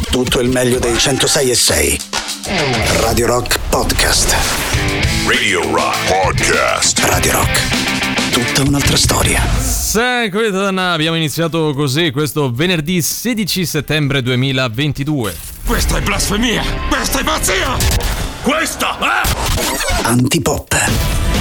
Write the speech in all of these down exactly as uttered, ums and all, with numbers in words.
tutto il meglio dei centosei e sei. Radio Rock Podcast. Radio Rock Podcast. Radio Rock. Tutta un'altra storia. Secretan, abbiamo iniziato così questo venerdì sedici settembre duemilaventidue. Questa è blasfemia! Questa è pazzia! Questa è... Antipop.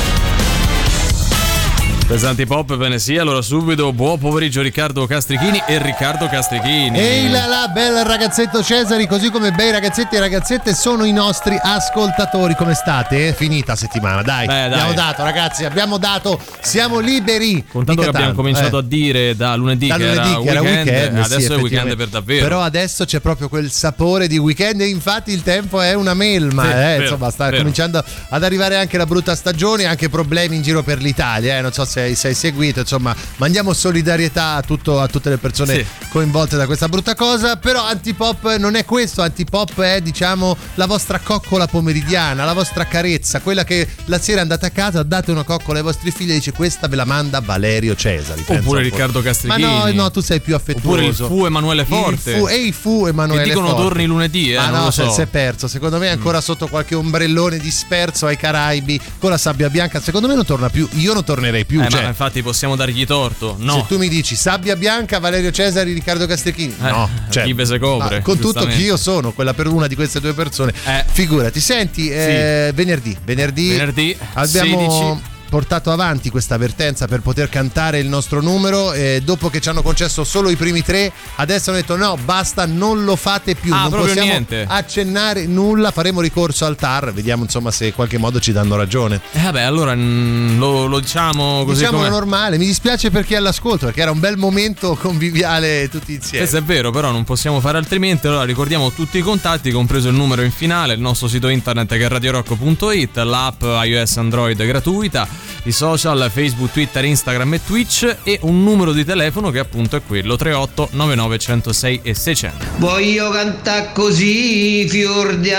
Pesanti pop, bene sì, allora subito buon pomeriggio Riccardo Castrichini e Riccardo Castrichini. Ehi là là, bel ragazzetto Cesari, così come bei ragazzetti e ragazzette sono i nostri ascoltatori. Come state? Finita settimana, dai. Beh, dai. Abbiamo dato, ragazzi, abbiamo dato, siamo liberi. Contando che abbiamo cominciato eh. a dire da lunedì, da che, lunedì era, che era weekend, weekend, adesso sì, è weekend per davvero. Però adesso c'è proprio quel sapore di weekend e infatti il tempo è una melma, sì, eh, vero, insomma sta vero. cominciando ad arrivare anche la brutta stagione, anche problemi in giro per l'Italia, eh. Non so se hai seguito. Insomma, mandiamo solidarietà a, tutto, a tutte le persone sì. coinvolte da questa brutta cosa. Però Antipop non è questo. Antipop è, diciamo, la vostra coccola pomeridiana, la vostra carezza, quella che la sera andate a casa, date una coccola ai vostri figli e dice questa ve la manda Valerio Cesari. Oppure Riccardo Castrichini. Ma no, no, tu sei più affettuoso. Oppure il fu Emanuele Forte. Il fu, e il fu Emanuele che dicono Forte. torni lunedì, eh, ah non no, lo so. si è perso. Secondo me è ancora mm. sotto qualche ombrellone disperso ai Caraibi con la sabbia bianca. Secondo me non torna più. Io non tornerei più. Eh, cioè. ma infatti possiamo dargli torto. No. Se tu mi dici sabbia bianca, Valerio Cesari, Riccardo Castrichini, eh, no, cioè, chi ve se copre, con tutto chi io sono, quella per una di queste due persone, eh. figurati. Senti, eh, sì. venerdì, venerdì, venerdì abbiamo sedici portato avanti questa avvertenza per poter cantare il nostro numero e dopo che ci hanno concesso solo i primi tre adesso hanno detto no, basta, non lo fate più, ah, non proprio possiamo niente. accennare nulla, faremo ricorso al T A R, vediamo insomma se in qualche modo ci danno ragione. Eh vabbè, allora mh, lo, lo diciamo così diciamo com'è. normale, mi dispiace per chi è all'ascolto perché era un bel momento conviviale tutti insieme. Questo è vero, però non possiamo fare altrimenti. Allora ricordiamo tutti i contatti, compreso il numero in finale, il nostro sito internet che è radio rock punto it, l'app iOS Android gratuita, i social Facebook, Twitter, Instagram e Twitch e un numero di telefono che appunto è quello tre otto nove nove uno zero sei e seicento. Voglio cantare così fior di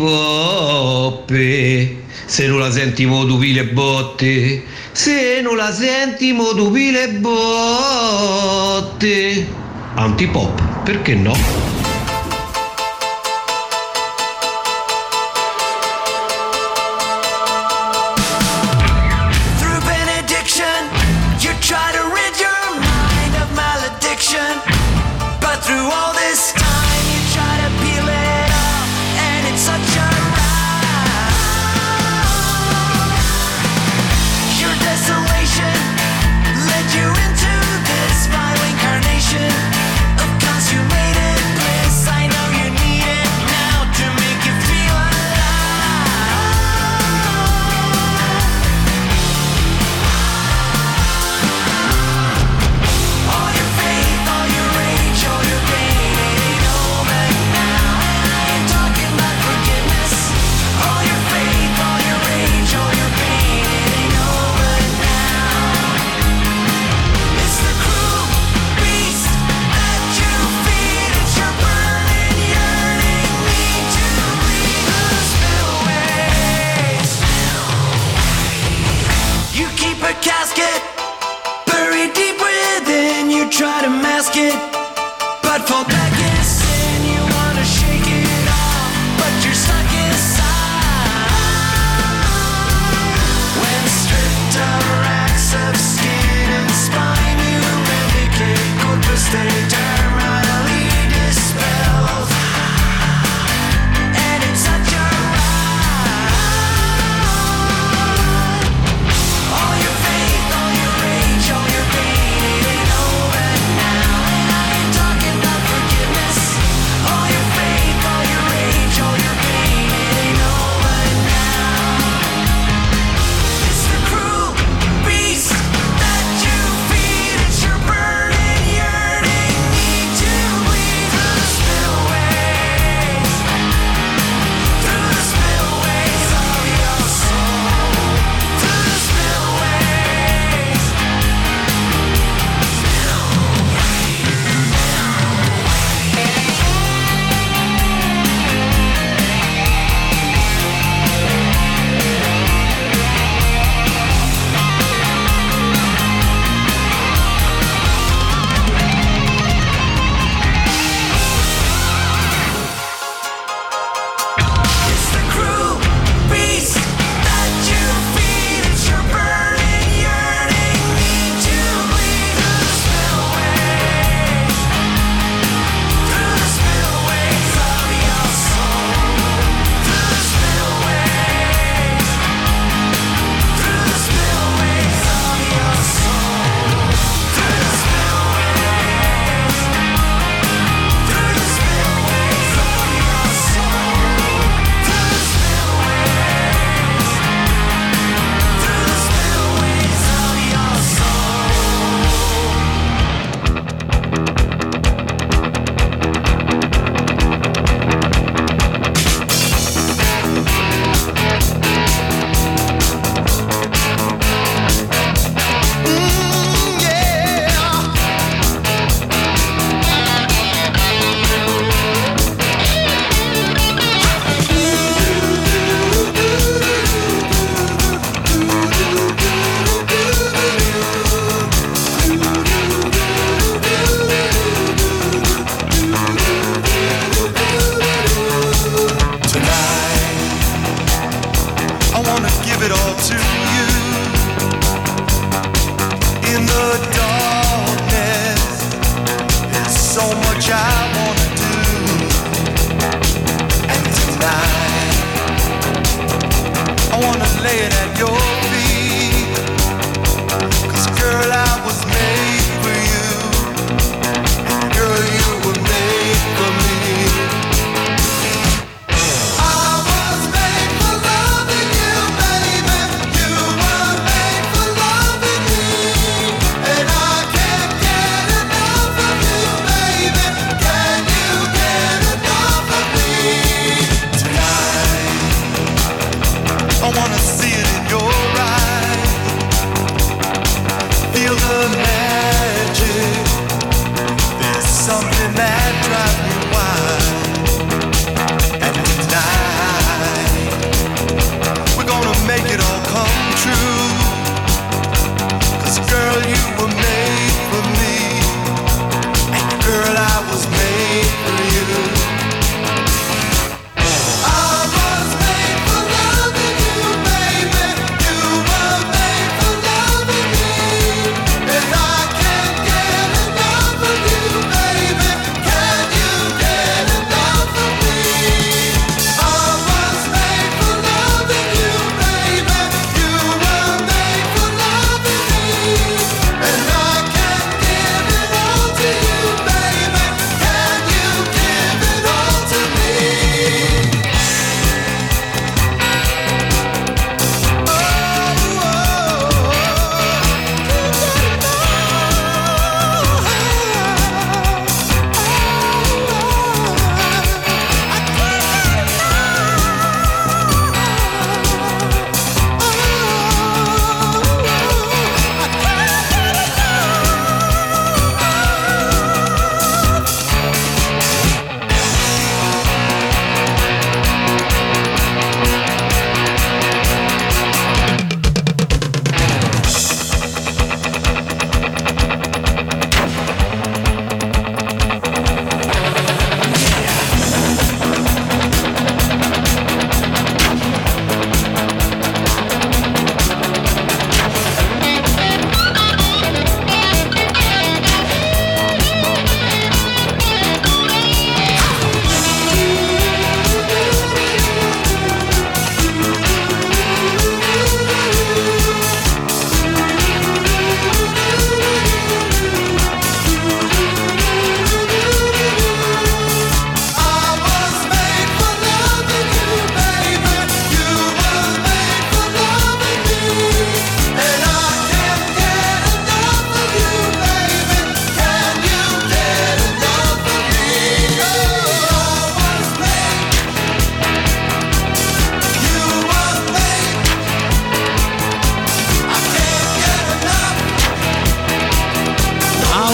antipoppe, se non la senti mo tu pile botte, se non la senti mo tu pile botte. Antipop, perché no? Try to rid your mind of malediction, but through all this time you try to peel it off, and it's such a ride. Your desolation led you into this vile incarnation of consummated bliss.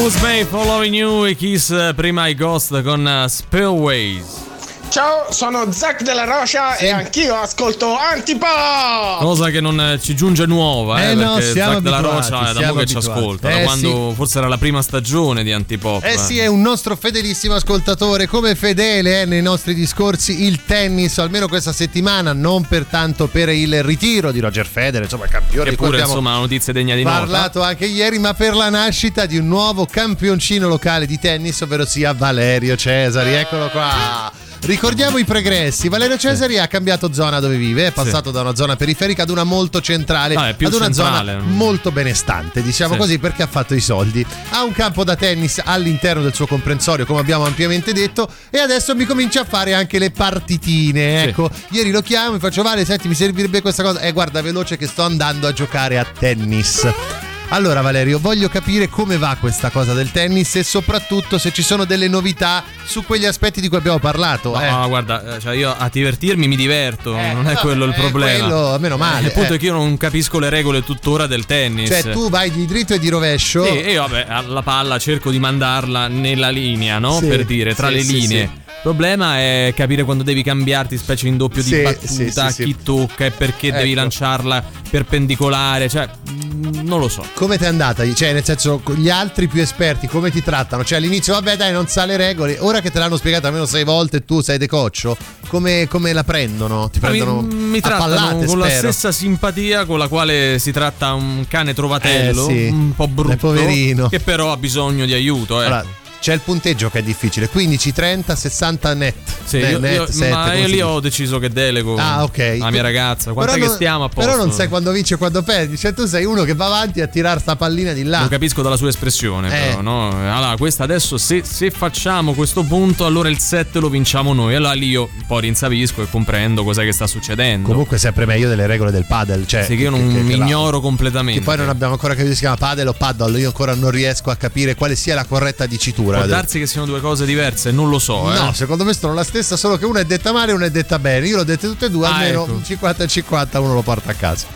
Who's May Following You e Kiss, prima i Ghost con uh, Spillways. Ciao, sono Zac della Rocha sì. e anch'io ascolto Antipop. Cosa che non ci giunge nuova, eh, eh no, perché Zac della Rocha è da mo' che ci ascolta, eh, da quando sì. forse era la prima stagione di Antipop. Eh sì, è un nostro fedelissimo ascoltatore, come fedele eh, nei nostri discorsi il tennis, almeno questa settimana, non pertanto per il ritiro di Roger Federer, insomma, campione che di pure insomma notizia degna di nota. Parlato anche ieri, ma per la nascita di un nuovo campioncino locale di tennis, ovvero sia Valerio Cesari. Eccolo qua. Ricordiamo i pregressi. Valerio Cesari sì. ha cambiato zona dove vive, è passato sì. da una zona periferica ad una molto centrale, ah, ad una centrale. zona molto benestante, diciamo sì. così, perché ha fatto i soldi. Ha un campo da tennis all'interno del suo comprensorio, come abbiamo ampiamente detto, e adesso mi comincia a fare anche le partitine. Sì. Ecco, ieri lo chiamo, mi faccio: Vale, senti, mi servirebbe questa cosa. Eh, guarda, veloce che sto andando a giocare a tennis. Allora Valerio, voglio capire come va questa cosa del tennis e soprattutto se ci sono delle novità su quegli aspetti di cui abbiamo parlato. No, eh. no guarda, cioè io a divertirmi mi diverto, eh, non è quello il eh, problema. Quello, meno male. Il punto eh. è che io non capisco le regole tuttora del tennis. Cioè tu vai di dritto e di rovescio. Sì, e io vabbè, la palla cerco di mandarla nella linea, no? Sì, per dire, tra sì, le sì, linee. Sì. Il problema è capire quando devi cambiarti, specie in doppio sì, di battuta, sì, sì, sì. chi tocca e perché ecco. devi lanciarla perpendicolare, cioè non lo so. Come ti è andata? Cioè, nel senso, gli altri più esperti come ti trattano? Cioè, all'inizio, vabbè, dai, non sa le regole. Ora che te l'hanno spiegato almeno sei volte e tu sei decoccio, come, come la prendono? Ti prendono mi, mi trattano pallate, con spero. la stessa simpatia con la quale si tratta un cane trovatello, eh, sì. un po' brutto, poverino, che però ha bisogno di aiuto. Ecco. Allora, c'è il punteggio che è difficile, quindici, trenta, sessanta net. Sì, net, io, net io, sette, ma io lì ho deciso che delego ah, okay. la mia ragazza. Quant'è però che non, stiamo a posto? Però non sai quando vince e quando perdi. Cioè tu sei uno che va avanti a tirare sta pallina di là. Non capisco dalla sua espressione, eh. però, no? Allora, questa adesso, se, se facciamo questo punto, allora il sette lo vinciamo noi. Allora lì io un po' rinsavisco e comprendo cos'è che sta succedendo. Comunque sempre meglio delle regole del padel. Cioè, sì, che io non che, mi che ignoro la... completamente. Che poi non abbiamo ancora capito se si chiama padel o paddle. Io ancora non riesco a capire quale sia la corretta dicitura. Può darsi che siano due cose diverse, non lo so. No, eh. secondo me sono la stessa, solo che una è detta male e una è detta bene. Io l'ho dette tutte e due, ah, almeno ecco. cinquanta e cinquanta uno lo porta a casa.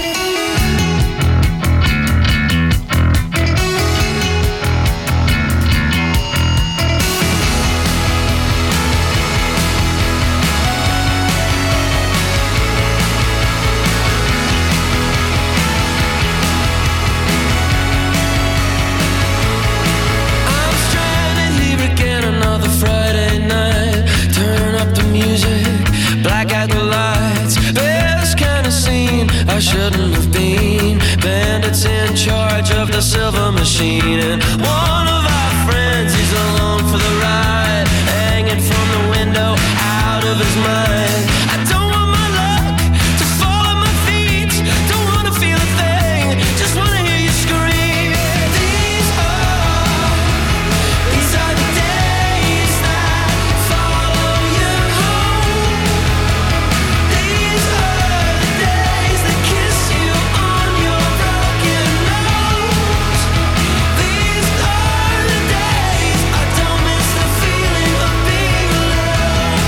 I shouldn't have been. Bandits in charge of the silver machine, and one of our friends, he's along for the ride, hanging from the window, out of his mind. I don't want my luck to fall at my feet, don't wanna feel a thing, just wanna hear you scream. These are, these are the days that follow you home. These are the days that kiss you on your broken nose. These are the days I don't miss the feeling of being alone.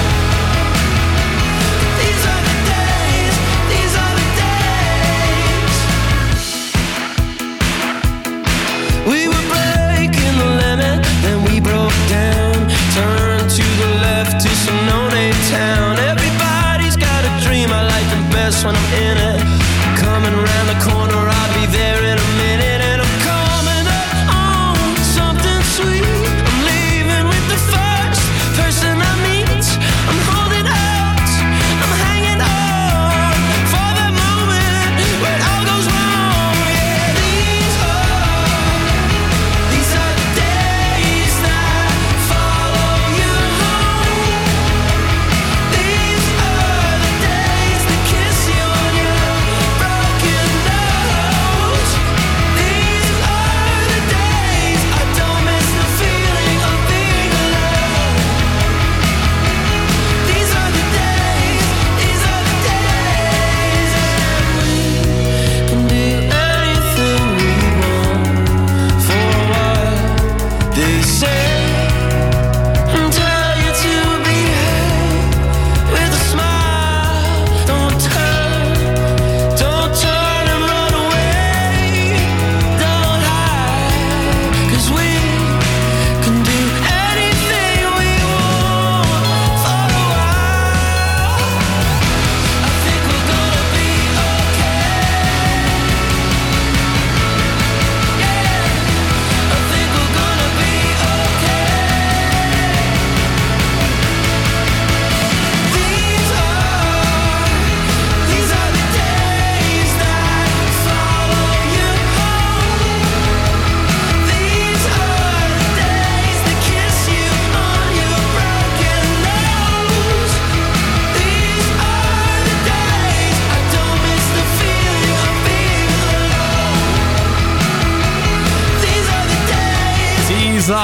These are the days, these are the days. We were breaking the limit, then we broke down. Turned to the left to some no-name town. Everybody's got a dream, I like them best when I'm in it. Coming around the corner, I'll be there in a minute. And I'm coming up on something sweet. I'm leaving with the first person I meet. I'm holding out, I'm hanging on for that moment where it all goes wrong. Yeah, these are, these are the days that follow you home. These are the days that kiss you on your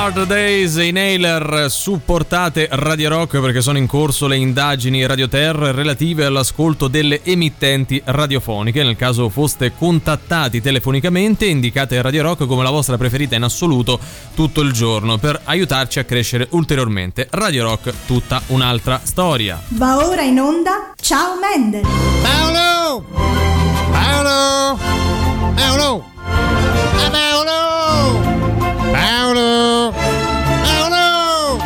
Hard Days, i Nailer. Supportate Radio Rock perché sono in corso le indagini Radio Terra relative all'ascolto delle emittenti radiofoniche. Nel caso foste contattati telefonicamente, indicate Radio Rock come la vostra preferita in assoluto tutto il giorno per aiutarci a crescere ulteriormente. Radio Rock, tutta un'altra storia. Va ora in onda Ciao Mendel. Paolo! Paolo! Paolo! Ah, Paolo! Paolo! Paolo!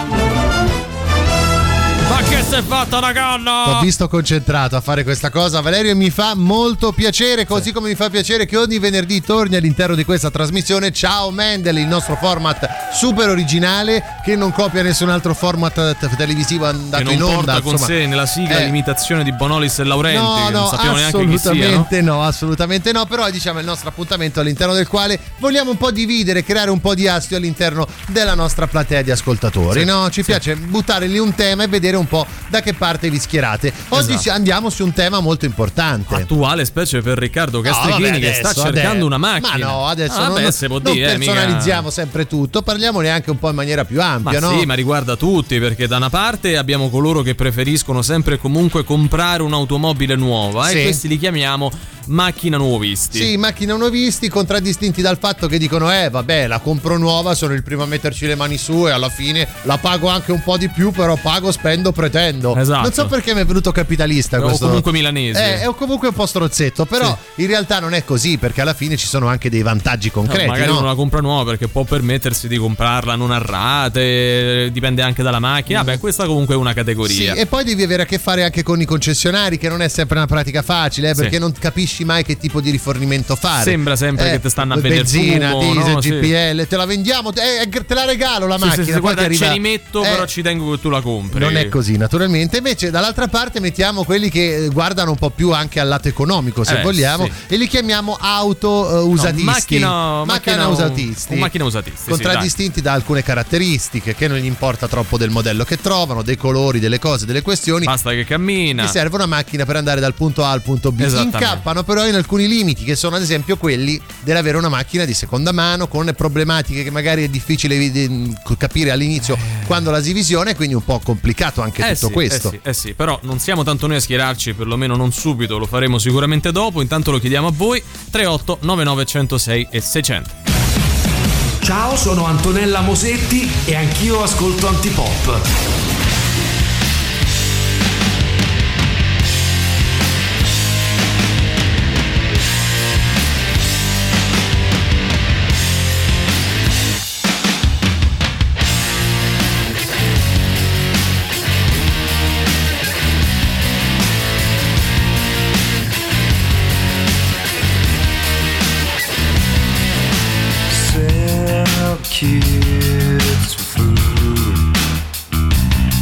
Ma che si è fatta una canna? Ho visto concentrato a fare questa cosa, Valerio, e mi fa molto piacere, così sì. come mi fa piacere che ogni venerdì torni all'interno di questa trasmissione Ciao Mendel, il nostro format super originale che non copia nessun altro format t- televisivo andato che non in onda. Porta con insomma, sé nella sigla eh, l'imitazione di Bonolis e Laurenti, no, che no, non sappiamo neanche chi sia. Assolutamente no, assolutamente no, però diciamo è il nostro appuntamento all'interno del quale vogliamo un po' dividere, creare un po' di astio all'interno della nostra platea di ascoltatori, sì, no? Ci sì. piace buttare lì un tema e vedere un po' da che parte vi schierate. Oggi esatto. andiamo su un tema molto importante, attuale, specie per Riccardo Castrichini, no, che sta cercando adesso, una macchina. Ma no, adesso ah, non, vabbè, non, se può non dire, personalizziamo mica... sempre tutto, parliamone anche un po' in maniera più ampia, ma no? Sì, ma riguarda tutti, perché da una parte abbiamo coloro che preferiscono sempre e comunque comprare un'automobile nuova, sì. e questi li chiamiamo macchina nuovisti. Sì, macchina nuovisti, contraddistinti dal fatto che dicono eh vabbè, la compro nuova, sono il primo a metterci le mani su e alla fine la pago anche un po' di più, però pago, spendo, pretendo. Esatto. Non so perché mi è venuto capitalista questo. O comunque milanese. Eh, o comunque un po' strozzetto, però sì. in realtà non è così, perché alla fine ci sono anche dei vantaggi concreti. No, magari no? uno la compra nuova perché può permettersi di comprarla non a rate, dipende anche dalla macchina. Mm. Beh, questa comunque è una categoria. Sì, e poi devi avere a che fare anche con i concessionari, che non è sempre una pratica facile, eh, perché sì. non capisci mai che tipo di rifornimento fare. Sembra sempre eh, che ti stanno a vendere benzina, fumo, diesel, no? G P L, sì. te la vendiamo, te, te la regalo la sì, macchina. Sì, sì, guarda, arriva... ce li metto, eh, però ci tengo che tu la compri. Non è così, naturalmente. Invece, dall'altra parte mettiamo quelli che guardano un po' più anche al lato economico, se eh, vogliamo, sì. e li chiamiamo auto uh, usatisti. No, macchina, macchina, macchina usatisti. Un, macchina usatisti. Contraddistinti sì, da alcune caratteristiche che non gli importa troppo del modello che trovano, dei colori, delle cose, delle questioni. Basta che cammina. Gli serve una macchina per andare dal punto A al punto B. Incappano però in alcuni limiti, che sono ad esempio quelli dell'avere una macchina di seconda mano con problematiche che magari è difficile capire all'inizio eh. quando la si visiona, e quindi un po' complicato anche eh tutto sì, questo. Eh sì, eh sì, però non siamo tanto noi a schierarci, perlomeno non subito, lo faremo sicuramente dopo. Intanto lo chiediamo a voi. Tre otto nove nove uno zero sei e seicento. Ciao, sono Antonella Mosetti e anch'io ascolto Antipop. Kids for food.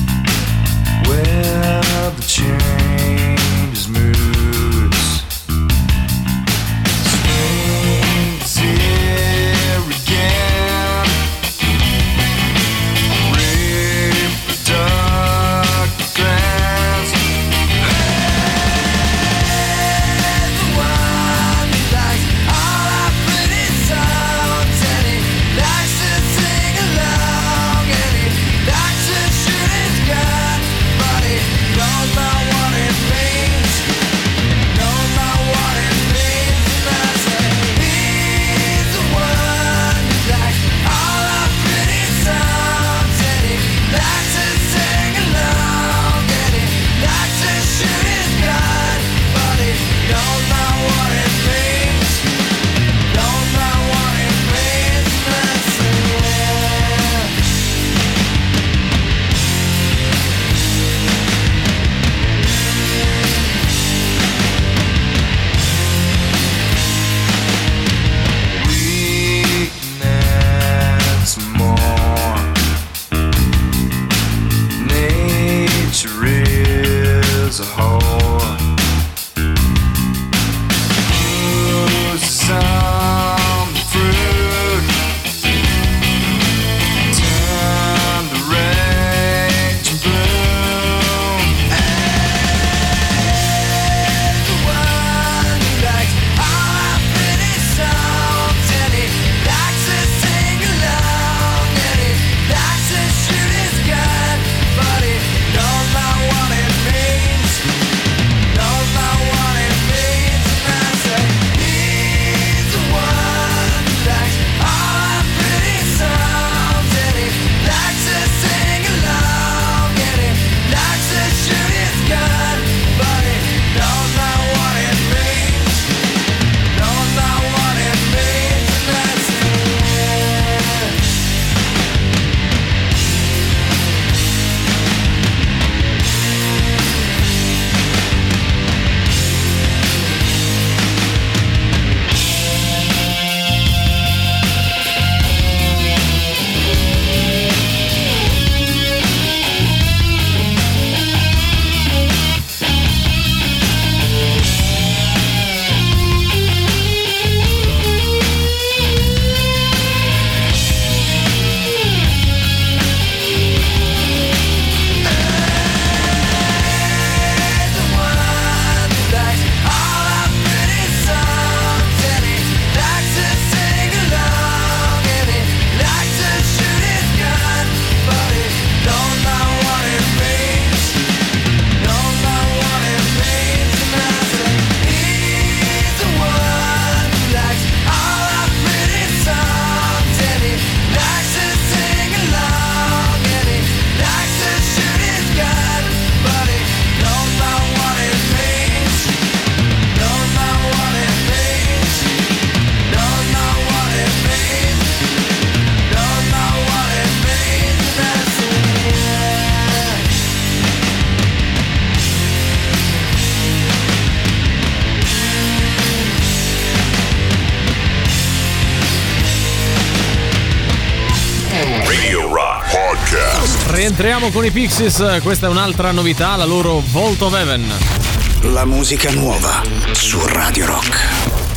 Rientriamo con i Pixies, questa è un'altra novità, la loro Vault of Heaven. La musica nuova su Radio Rock.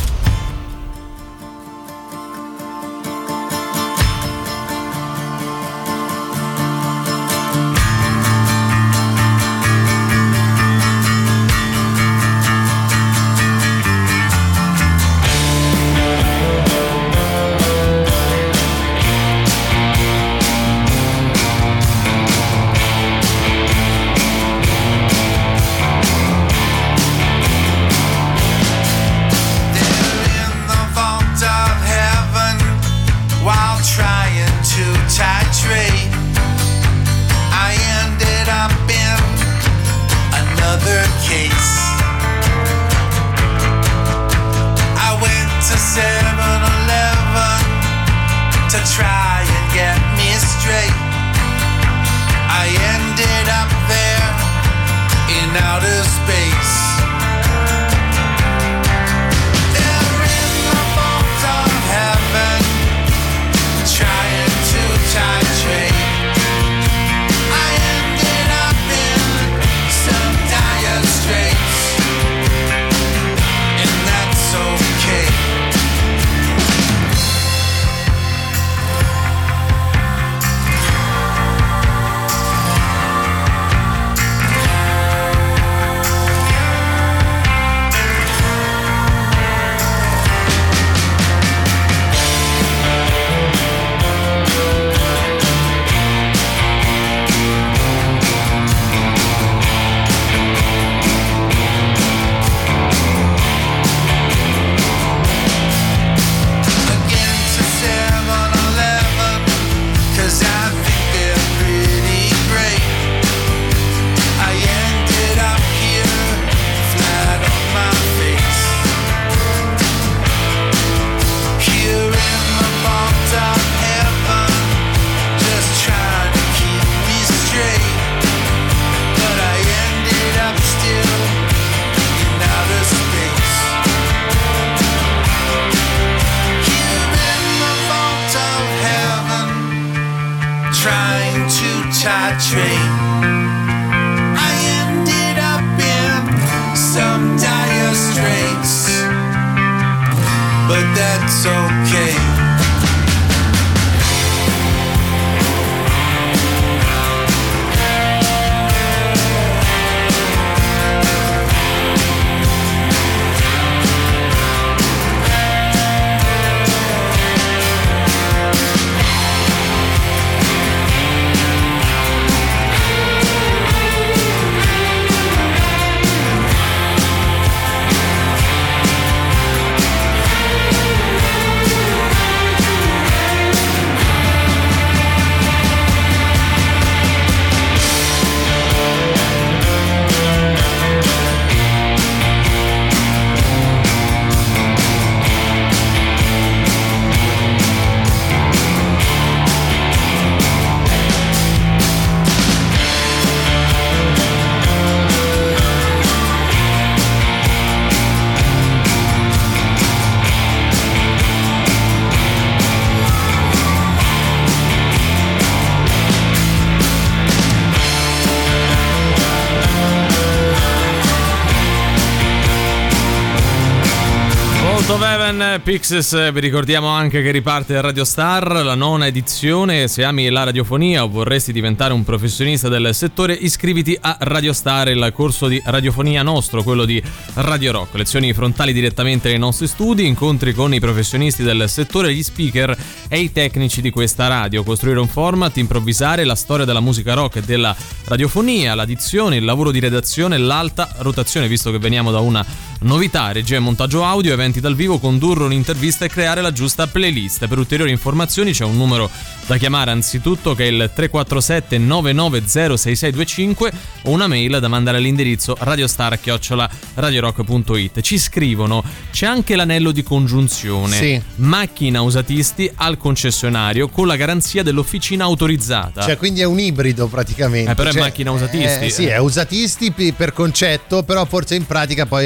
Pixies, vi ricordiamo anche che riparte Radio Star, la nona edizione. Se ami la radiofonia o vorresti diventare un professionista del settore, iscriviti a Radio Star, il corso di radiofonia nostro, quello di Radio Rock. Lezioni frontali direttamente nei nostri studi, incontri con i professionisti del settore, gli speaker e i tecnici di questa radio. Costruire un format, improvvisare, la storia della musica rock e della radiofonia, l'addizione, il lavoro di redazione, l'alta rotazione, visto che veniamo da una novità, regia e montaggio audio, eventi dal vivo, condurre un'intervista e creare la giusta playlist. Per ulteriori informazioni c'è un numero da chiamare anzitutto, che è il tre quattro sette nove nove zero sei sei due cinque, o una mail da mandare all'indirizzo radiostar chiocciola radiorock punto it. Ci scrivono: c'è anche l'anello di congiunzione, sì. Macchina usatisti al concessionario con la garanzia dell'officina autorizzata. Cioè, quindi è un ibrido praticamente. Eh, però cioè, è macchina usatisti. Eh, sì, è usatisti per concetto, però forse in pratica poi è come se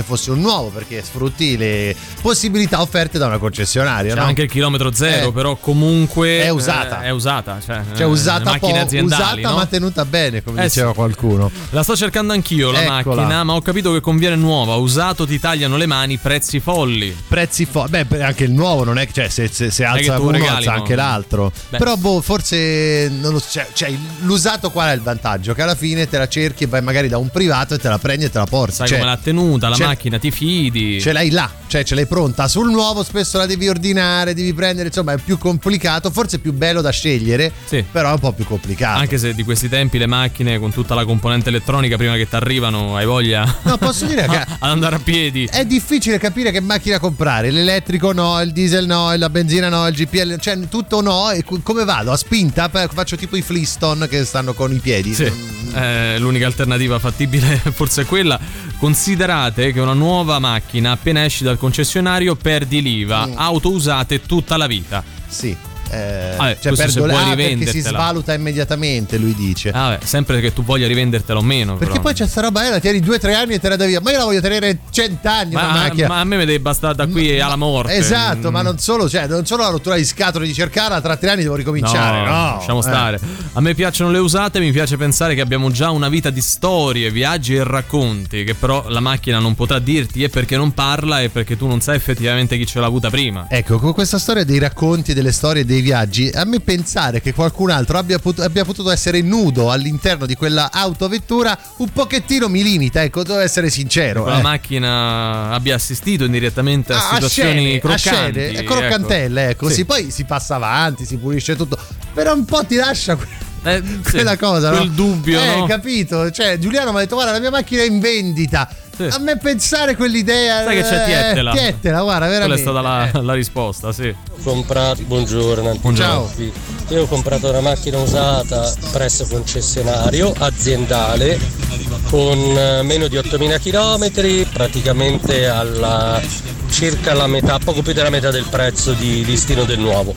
fosse un nuovo, perché sfrutti le possibilità offerte da una concessionaria. C'è no? anche il chilometro zero, Eh. però comunque È usata. eh, è usata, cioè, Cioè eh, usata, macchine po', aziendali, usata no? ma tenuta bene, come Eh diceva sì. qualcuno. La sto cercando anch'io la Eccola. macchina, ma ho capito che conviene nuova. Usato ti tagliano le mani, prezzi folli. Prezzi fo- beh, anche il nuovo non è che, cioè, se, se, se che alza tu uno regali, alza no? anche l'altro. Beh. Però boh, forse non lo so, cioè, cioè, l'usato qual è il vantaggio? Che alla fine te la cerchi e vai magari da un privato e te la prendi e te la porti. Sai Cioè, come l'ha tenuta, la cioè, macchina, ti fidi. ce l'hai là, cioè ce l'hai pronta. Sul nuovo spesso la devi ordinare, devi prendere, insomma è più complicato, forse è più bello da scegliere, Sì. però è un po' più complicato. Anche se di questi tempi le macchine con tutta la componente elettronica prima che ti arrivano hai voglia No, posso dire che ad andare a piedi. è difficile capire che macchina comprare. L'elettrico no, il diesel no, la benzina no, il G P L, cioè tutto no. E co- come vado? A spinta? Poi faccio tipo i Flintstone che stanno con i piedi. Sì, eh, l'unica alternativa fattibile forse è quella. Considerate che una nuova macchina appena esci dal concessionario perdi l'I V A, Mm. auto usate tutta la vita. Sì. Eh, Vabbè, cioè questo se perdo vuoi ah, perché si rivendertela. svaluta immediatamente, lui dice. Ah, vabbè, sempre che tu voglia rivendertela o meno. Perché però. poi c'è sta roba, eh, la tieni due o tre anni e te la dai via. Ma io la voglio tenere cent'anni una ma, macchina. ma a me mi deve bastare da qui alla morte. Esatto, Mm. ma non solo, cioè, non solo la rottura di scatole di cercarla, tra tre anni devo ricominciare. No, lasciamo eh. stare. A me piacciono le usate, mi piace pensare che abbiamo già una vita di storie, viaggi e racconti, che però la macchina non potrà dirti, è perché non parla e perché tu non sai effettivamente chi ce l'ha avuta prima. Ecco, con questa storia dei racconti, delle storie e dei viaggi, a me pensare che qualcun altro abbia, pot- abbia potuto essere nudo all'interno di quella autovettura un pochettino mi limita, ecco, devo essere sincero. Che la eh. macchina abbia assistito indirettamente a Ah, situazioni scene, a croccanti. scene, croccantelle, ecco, Sì. sì, poi si passa avanti, si pulisce tutto, però un po' ti lascia que- Eh, sì, quella cosa, quel no? dubbio, eh, no? capito? Cioè, Giuliano mi ha detto: guarda, la mia macchina è in vendita. Sì. A me pensare quell'idea. Sai che c'è, tietela. Eh, tietela, guarda, Quella veramente. è stata la, Eh. la risposta, sì. Comprato, buongiorno, Buongiorno. Antipoppi. Io ho comprato una macchina usata presso concessionario aziendale con eh, meno di ottomila chilometri, praticamente alla circa la metà, poco più della metà del prezzo di listino del nuovo.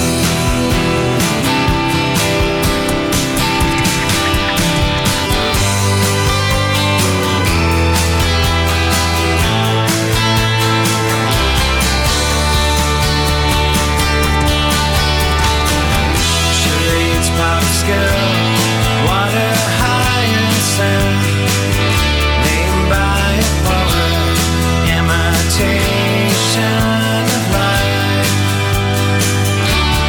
Charades, pop skill, water high and sand, named by a poet, imitation of life.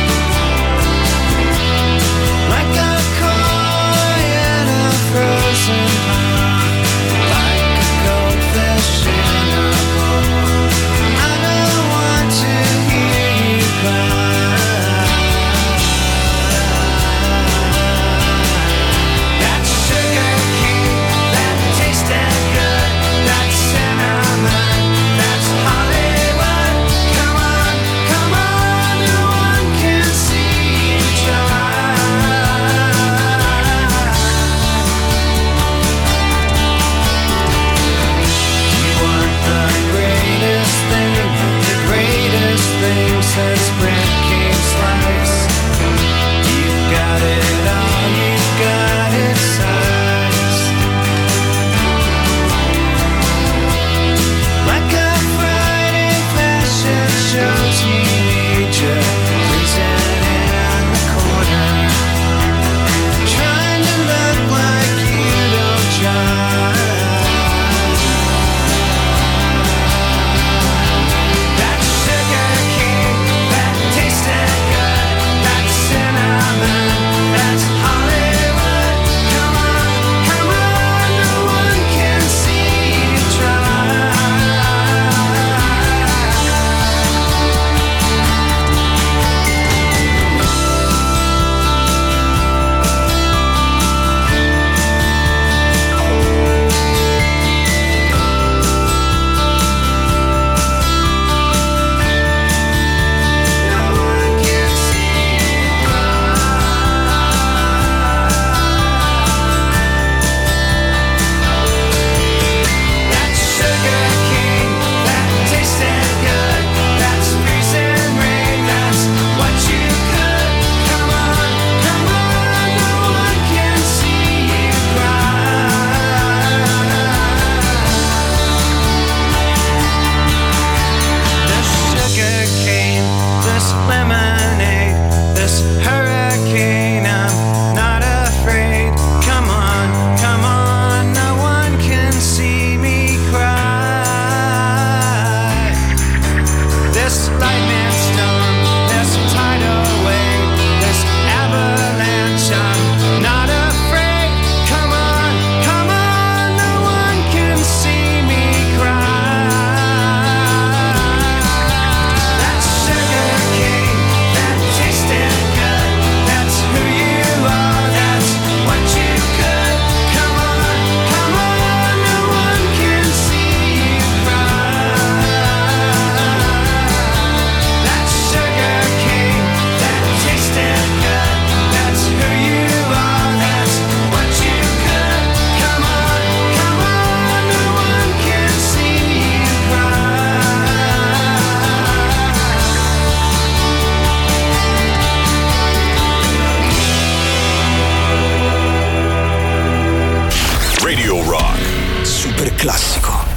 classico.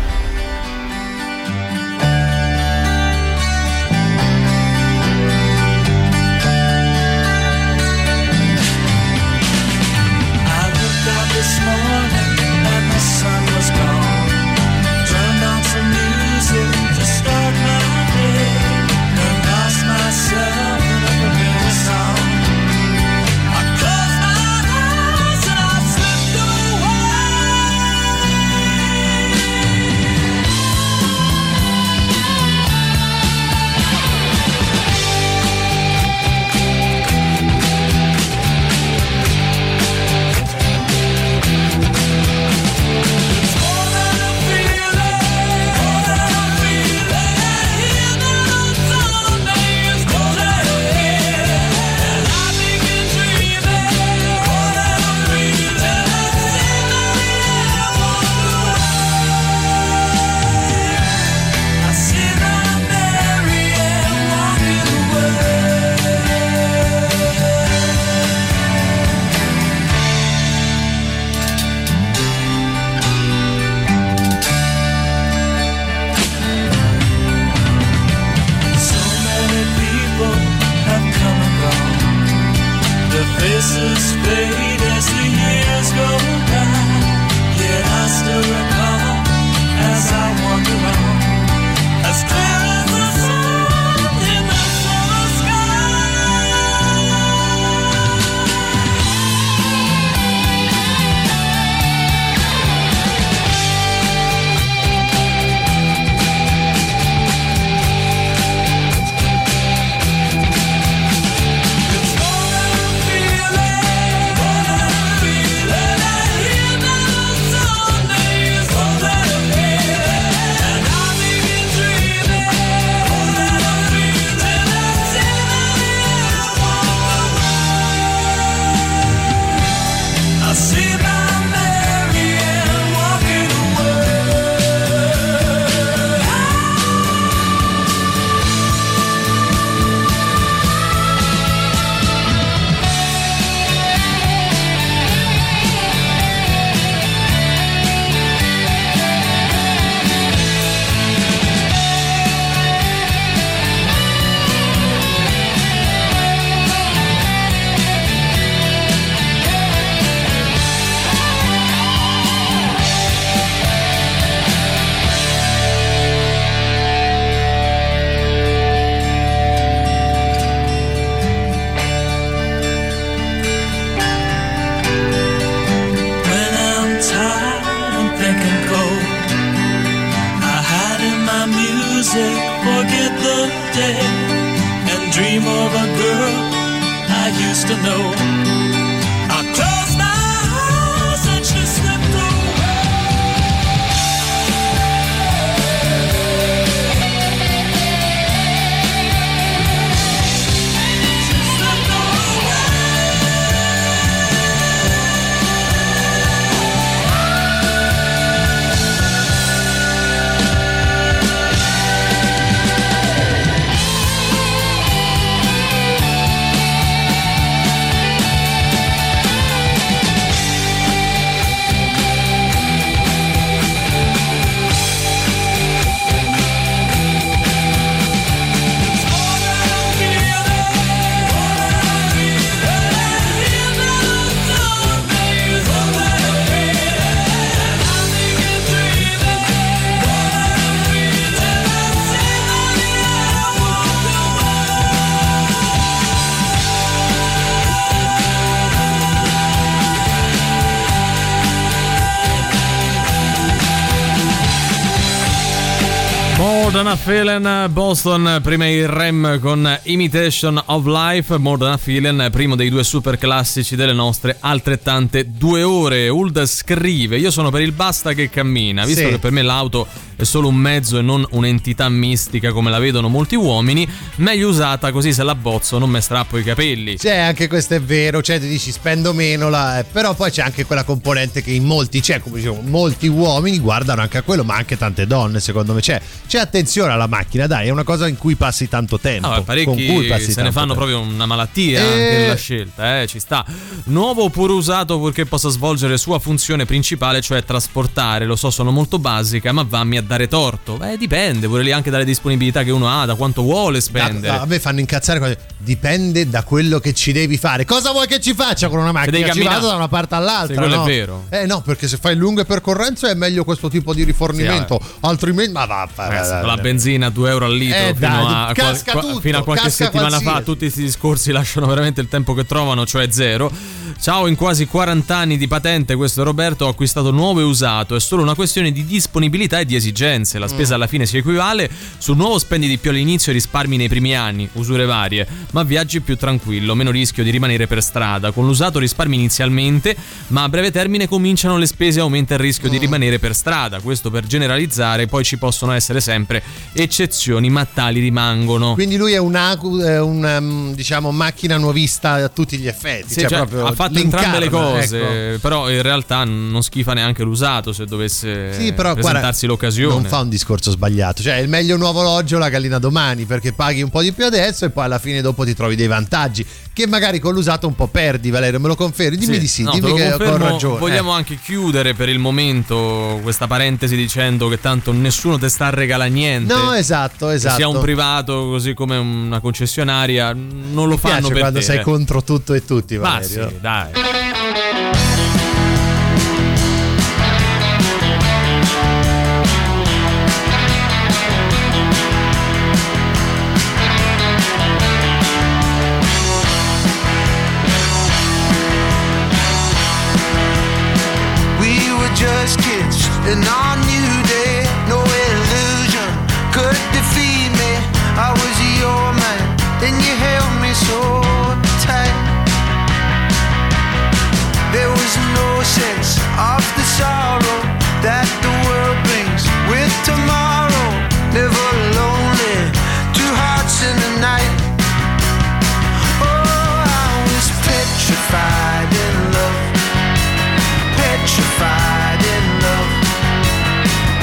More Than a Feeling, Boston, prima il Rem con Imitation of Life. More Than a Feeling, primo dei due super classici delle nostre altrettante due ore. Uld scrive: io sono per il basta che cammina, visto sì. che per me l'auto è solo un mezzo e non un'entità mistica come la vedono molti uomini. Meglio usata, così se la bozzo non me strappo i capelli. Cioè, anche questo è vero, cioè ti dici spendo meno, la, eh, però poi c'è anche quella componente che in molti c'è, come dicevo, molti uomini guardano anche a quello, ma anche tante donne, secondo me c'è. C'è attenzione alla macchina, dai, è una cosa in cui passi tanto tempo. Ah, parecchi con cui passi se ne fanno tempo. proprio una malattia E... anche nella scelta, eh, ci sta. Nuovo oppure usato purché possa svolgere sua funzione principale, cioè trasportare. Lo so, sono molto basica, ma vammi a dare torto. Beh, dipende pure lì anche dalle disponibilità che uno ha, da quanto vuole spendere. Da, da, a me fanno incazzare quando dipende da quello che ci devi fare. Cosa vuoi che ci faccia con una macchina? Ci vado da una parte all'altra. Sì, quello no? è vero. Eh no, perché se fai lunghe percorrenze è meglio questo tipo di rifornimento. Sì, altrimenti, ma va, va, va, va, va. La benzina a due euro al litro eh, fino, dai, a, casca qual, tutto, fino a qualche settimana qualsiasi. fa. Tutti questi discorsi lasciano veramente il tempo che trovano, cioè zero. Ciao, in quasi quaranta anni di patente, questo è Roberto, ho acquistato nuovo e usato. È solo una questione di disponibilità e di esigenze. La spesa alla fine si equivale. Sul nuovo spendi di più all'inizio e risparmi nei primi anni, usure varie, ma viaggi più tranquillo, meno rischio di rimanere per strada. Con l'usato risparmi inizialmente, ma a breve termine cominciano le spese e aumenta il rischio mm. di rimanere per strada. Questo per generalizzare, poi ci possono essere sempre eccezioni, ma tali rimangono. Quindi lui è una, un, diciamo, macchina nuovista a tutti gli effetti. Sì, cioè, cioè, proprio ha fatto entrambe le cose, ecco. Però in realtà non schifa neanche l'usato se dovesse sì, però, presentarsi guarda, l'occasione. Non fa un discorso sbagliato, cioè è meglio un uovo oggi o la gallina domani, perché paghi un po' di più adesso e poi alla fine dopo ti trovi dei vantaggi che magari con l'usato un po' perdi. Valerio, me lo confermi? Dimmi sì, di sì, no, dimmi che ho ragione. Vogliamo eh. anche chiudere per il momento questa parentesi dicendo che tanto nessuno te sta a regalare niente. No, esatto, esatto. Che sia un privato così come una concessionaria, non lo Mi fanno piace per quando te. sei contro tutto e tutti, Valerio. Ma sì, dai. Just kids in our new day, no illusion could defeat me. I was your man, and you held me so tight. There was no sense of the sorrow that the world brings with tomorrow. Never lonely, two hearts in the night. Oh, I was petrified in love, petrified in love.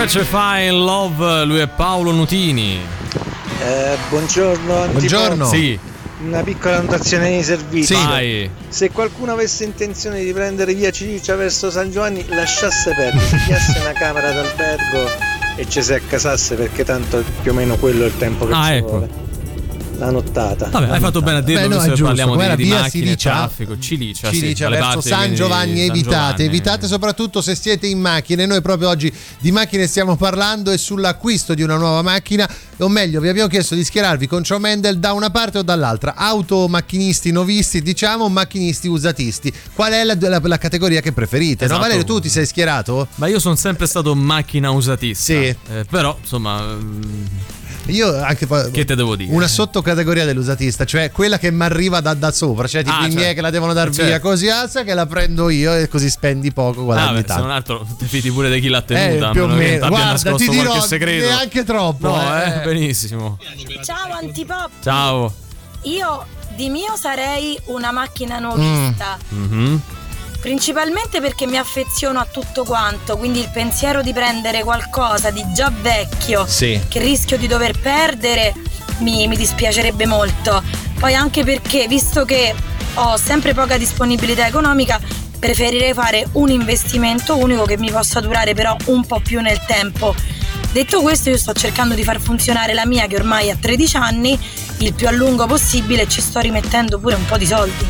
Fine Love, lui è Paolo Nutini. Eh, buongiorno, buongiorno. Sì. Una piccola notazione di servizio. Sì. Vai. Se qualcuno avesse intenzione di prendere via Ciciccia verso San Giovanni, lasciasse perdere, si piasse una camera d'albergo e ci si accasasse, perché tanto più o meno quello è il tempo che ah, ci ecco. vuole. La nottata. Vabbè, hai fatto bene a dirlo. Beh, no, se è parliamo giusto. di, di Via macchine, Cilicia, traffico, Cilicia, Cilicia sì, verso parti, San Giovanni, San evitate, Giovanni. evitate soprattutto se siete in macchina. Noi proprio oggi di macchine stiamo parlando e sull'acquisto di una nuova macchina, o meglio vi abbiamo chiesto di schierarvi con Ciao Mendel da una parte o dall'altra, auto macchinisti novisti, diciamo, macchinisti usatisti. Qual è la, la, la categoria che preferite? Esatto. No, Valerio, tu ti sei schierato? Ma io sono sempre stato macchina usatista. Sì. Eh, però, insomma, io anche poi che te devo dire? Una sottocategoria dell'usatista, cioè quella che mi arriva da, da sopra, cioè tipo Ah, i certo. miei che la devono dar Certo. via, così alza che la prendo io e così spendi poco, guadagni Ah, beh, se tanto. non altro ti fidi pure di chi l'ha tenuta. Eh, più o a meno che meno. abbia Guarda, nascosto ti dirò, qualche segreto. neanche troppo. No, eh, eh. benissimo. Ciao Antipop. Ciao. Io di mio sarei una macchina nuovista. Mm-hmm. Principalmente perché mi affeziono a tutto quanto, quindi il pensiero di prendere qualcosa di già vecchio Sì. che rischio di dover perdere mi, mi dispiacerebbe molto. Poi anche perché, visto che ho sempre poca disponibilità economica, preferirei fare un investimento unico che mi possa durare però un po' più nel tempo. Detto questo, io sto cercando di far funzionare la mia, che ormai ha tredici anni, il più a lungo possibile, e ci sto rimettendo pure un po' di soldi.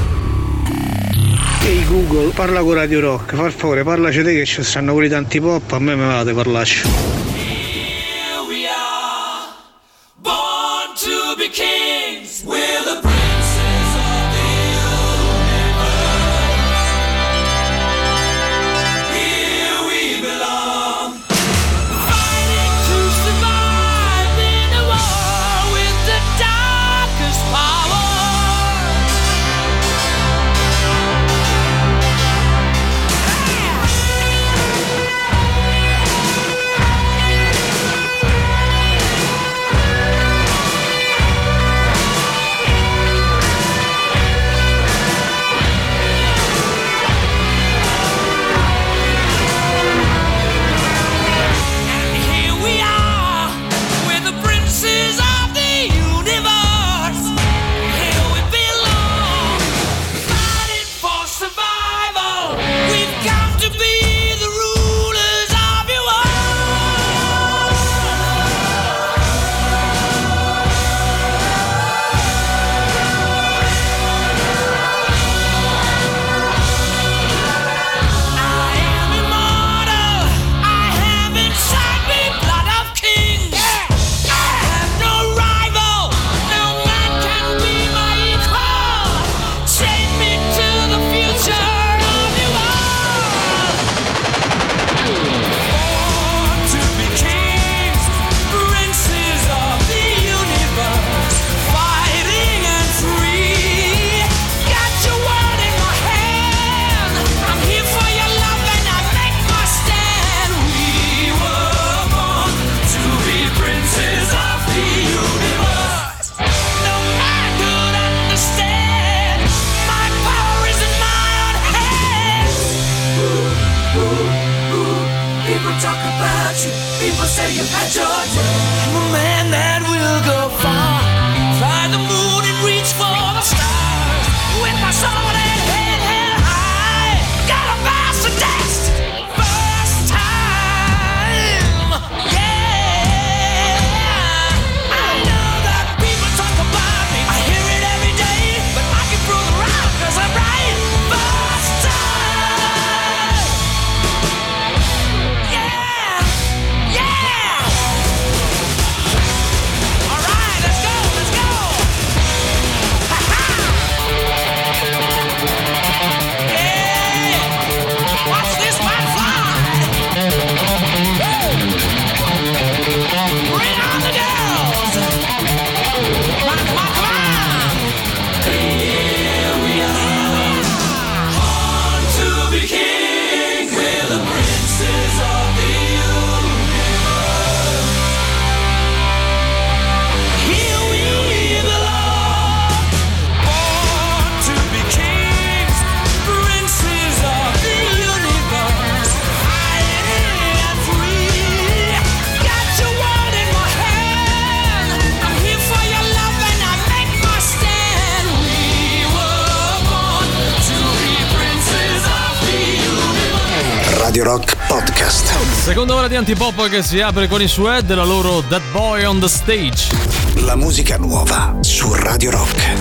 Ehi Google, parla con Radio Rock, per favore, parlaci te che ci stanno quelli tanti pop, a me me vate parlarci. Here we are, born to be kings. We're the princes of the universe. Here we belong, fighting to survive in a war with the darkest power. People say you've had your day. I'm a man that will go far, fly the moon and reach for the stars. With my sword and head held high, gotta pass the test. First time, yeah. I know that people talk about me, I hear it every day, but I can prove it wrong 'cause I'm right. First time, yeah, yeah. Radio Rock Podcast. Seconda ora di Antipop che si apre con i Suede e la loro That Boy on the Stage. La musica nuova su Radio Rock.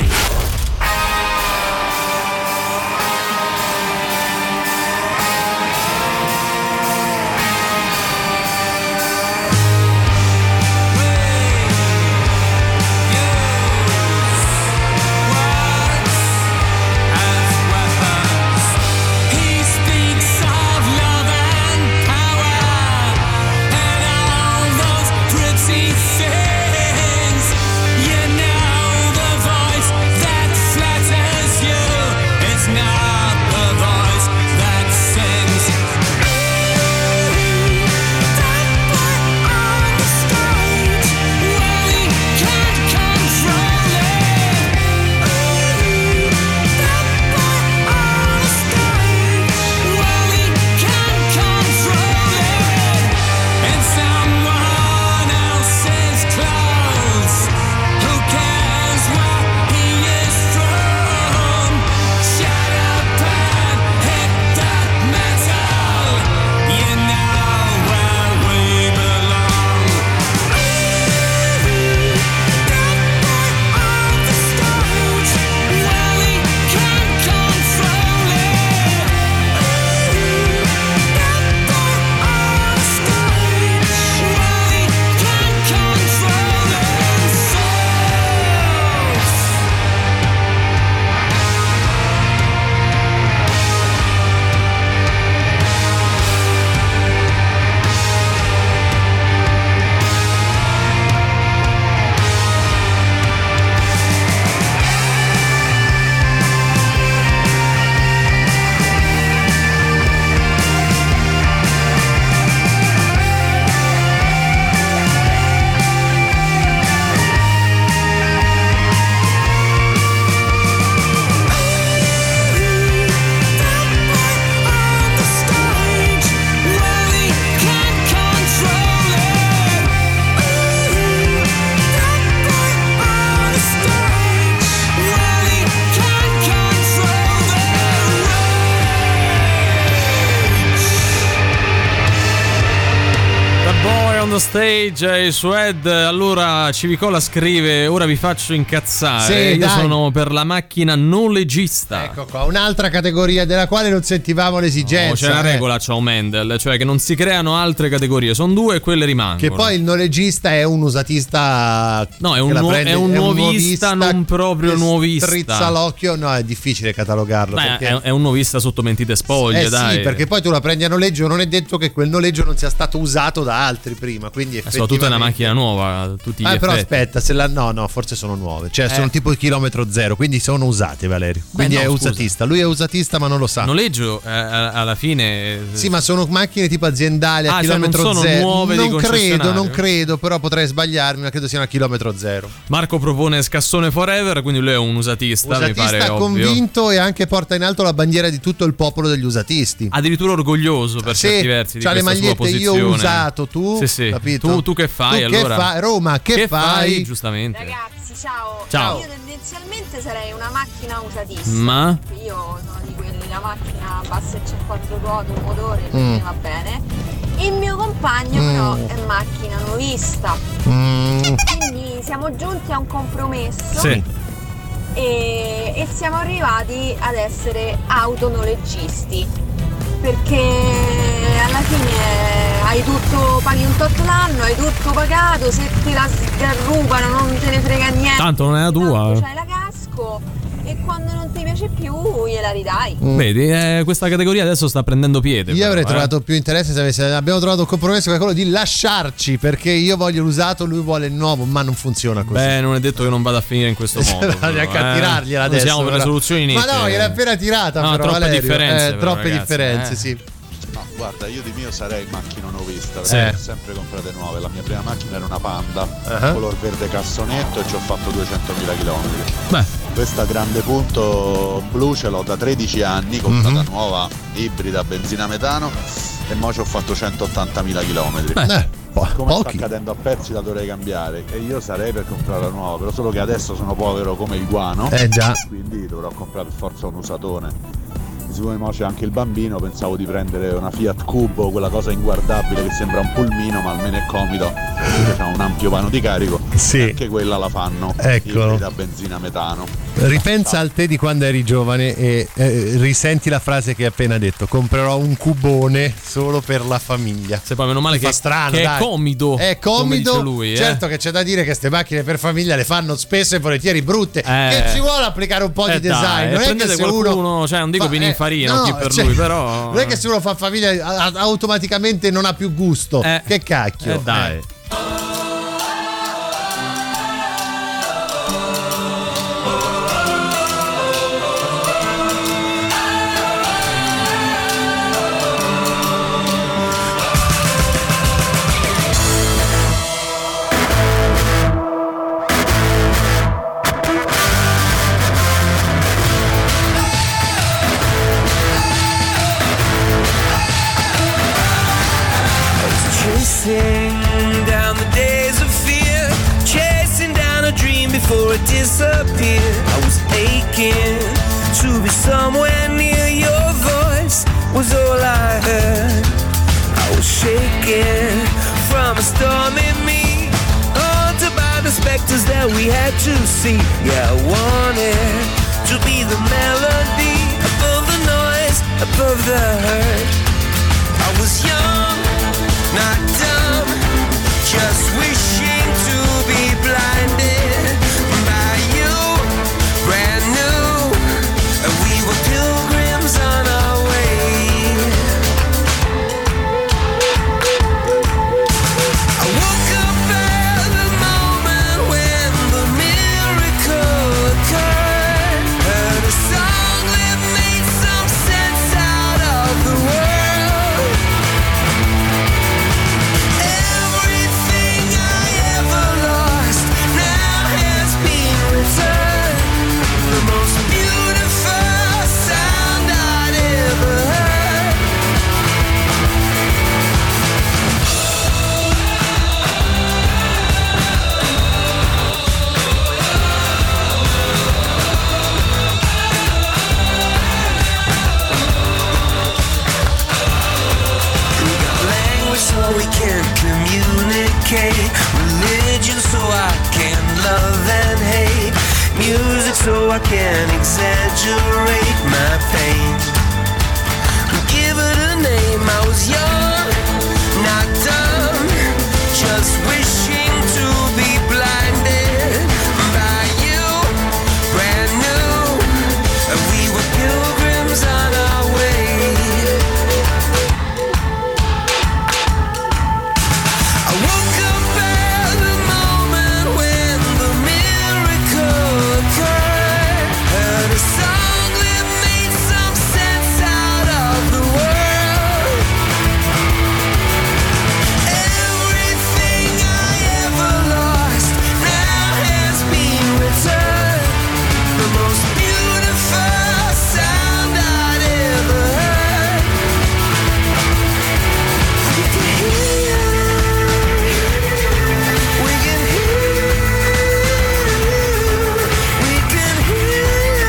Stage i Suede. Allora Civicola scrive: ora vi faccio incazzare, sì, io dai. sono per la macchina noleggista. Ecco qua, un'altra categoria della quale non sentivamo l'esigenza. No, c'è una eh. regola, ciao Mendel, cioè che non si creano altre categorie, sono due e quelle rimangono. Che poi il noleggista è un usatista. No, è un, che la nuo- prende- è un è un nuovista, non proprio che nuovista. Strizza l'occhio, no, è difficile catalogarlo. Beh, perché... è, è un nuovista sotto mentite spoglie, eh dai. sì, perché poi tu la prendi a noleggio, non è detto che quel noleggio non sia stato usato da altri prima, quindi effettivamente... Soprattutto è una macchina nuova, tutti gli Ah, però effetti. aspetta, se la... no, no, forse sono nuove, cioè Eh. sono tipo il chilometro zero, quindi sono usate, Valerio. Quindi no, è scusa. usatista, lui è usatista ma non lo sa. Noleggio eh, alla fine. Sì, ma sono macchine tipo aziendali a Ah, cioè non chilometro sono zero. nuove di non credo, concessionario? non credo, però potrei sbagliarmi, ma credo siano a chilometro zero. Marco propone Scassone Forever, quindi lui è un usatista, mi pare Usatista ovvio. convinto e anche porta in alto la bandiera di tutto il popolo degli usatisti. Addirittura orgoglioso per Sì, certi versi di c'ha le questa sua magliette io posizione. ho usato, tu, Sì, sì. capito? Tu, tu che fai Tu che allora? fai? Roma, che, fai? Giustamente. Ragazzi, ciao. Ciao. Io tendenzialmente sarei una macchina usatissima. Ma? Io sono di quelli, la macchina bassa e c'è quattro ruote, un motore, Mm. quindi va bene. Il mio compagno Mm. però è macchina novista. Mm. Quindi siamo giunti a un compromesso. Sì. E, e siamo arrivati ad essere autonoleggisti, perché alla fine hai tutto, paghi un tot l'anno, hai tutto pagato, se ti la sgarrupano non te ne frega niente. Tanto non è la tua. C'hai la casco e quando non ti piace più gliela ridai. Vedi, eh, questa categoria adesso sta prendendo piede. Io però, avrei eh. trovato più interesse se avesse, abbiamo trovato un compromesso che è quello di lasciarci, perché io voglio l'usato, lui vuole il nuovo, ma non funziona così. Beh, non è detto che non vada a finire in questo modo. però, Neanche a eh. tirargliela Non adesso. siamo per le però. soluzioni nette. Ma no, gliel'hai appena tirata, No, però, troppe Valerio. differenze, Eh, però, troppe ragazzi, differenze, eh. sì. No, guarda, io di mio sarei macchina novista, Sì. perché ho sempre comprate nuove. La mia prima macchina era una Panda, Uh-huh. color verde cassonetto, e ci ho fatto duecentomila chilometri. Beh. Questa grande punto blu ce l'ho da tredici anni, comprata Mhm. nuova, ibrida, benzina metano, e mo ci ho fatto centottantamila chilometri. Eh, po- Come pochi. sta cadendo a pezzi la dovrei cambiare, e io sarei per comprare la nuova, però solo che adesso sono povero come il guano, Eh già. quindi dovrò comprare per forza un usatone. Mi siccome mo c'è anche il bambino, pensavo di prendere una Fiat Cubo, quella cosa inguardabile che sembra un pulmino ma almeno è comodo, c'ha un ampio vano di carico. Sì. Anche quella la fanno, Eccolo. da benzina metano. Ripensa al te di quando eri giovane e eh, risenti la frase che hai appena detto: comprerò un cubone solo per la famiglia. Se poi meno male Fa che, strano, che è dai. comido. È come comido, dice lui, certo eh. che c'è da dire che queste macchine per famiglia le fanno spesso e volentieri brutte, Eh. che ci vuole applicare un po' Eh di design. dai, non è che prendete se qualcuno, uno cioè non dico fa- Pininfarina eh, o chi no, per cioè, lui, però non è che se uno fa famiglia a- a- automaticamente non ha più gusto. Eh. Che cacchio. Eh, dai. Eh. Chasing down the days of fear, chasing down a dream before it disappeared. I was aching to be somewhere near. Your voice was all I heard. I was shaking from a storm in me, haunted by the specters that we had to see. Yeah, I wanted to be the melody above the noise, above the hurt. I was young, not dumb, just wishing to be blinded by you, brand new, and we were pilgrims on our way. I woke up at the moment when the miracle occurred, heard a song that made some sense out of the world. So we can communicate, religion so I can love and hate, music so I can exaggerate my pain, give it a name. I was young, not dumb, just wishing to be blinded by you, brand new, and we were pilgrims on our way. I woke up at the moment when the miracle occurred, heard a song that made some sense out of the world. Everything I ever lost now has been returned. The most beautiful sound I'd ever heard. We can hear, we can hear, we can hear.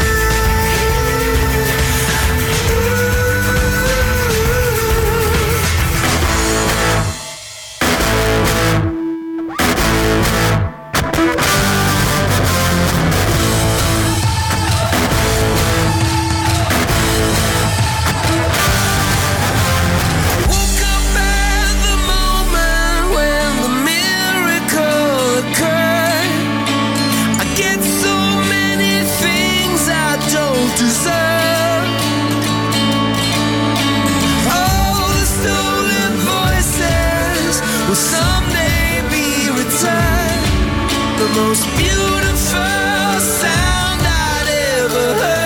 Woke up at the moment when the miracle occurred. I get so many things I don't deserve. All the stolen voices will someday be returned. The most beautiful sound I'd ever heard.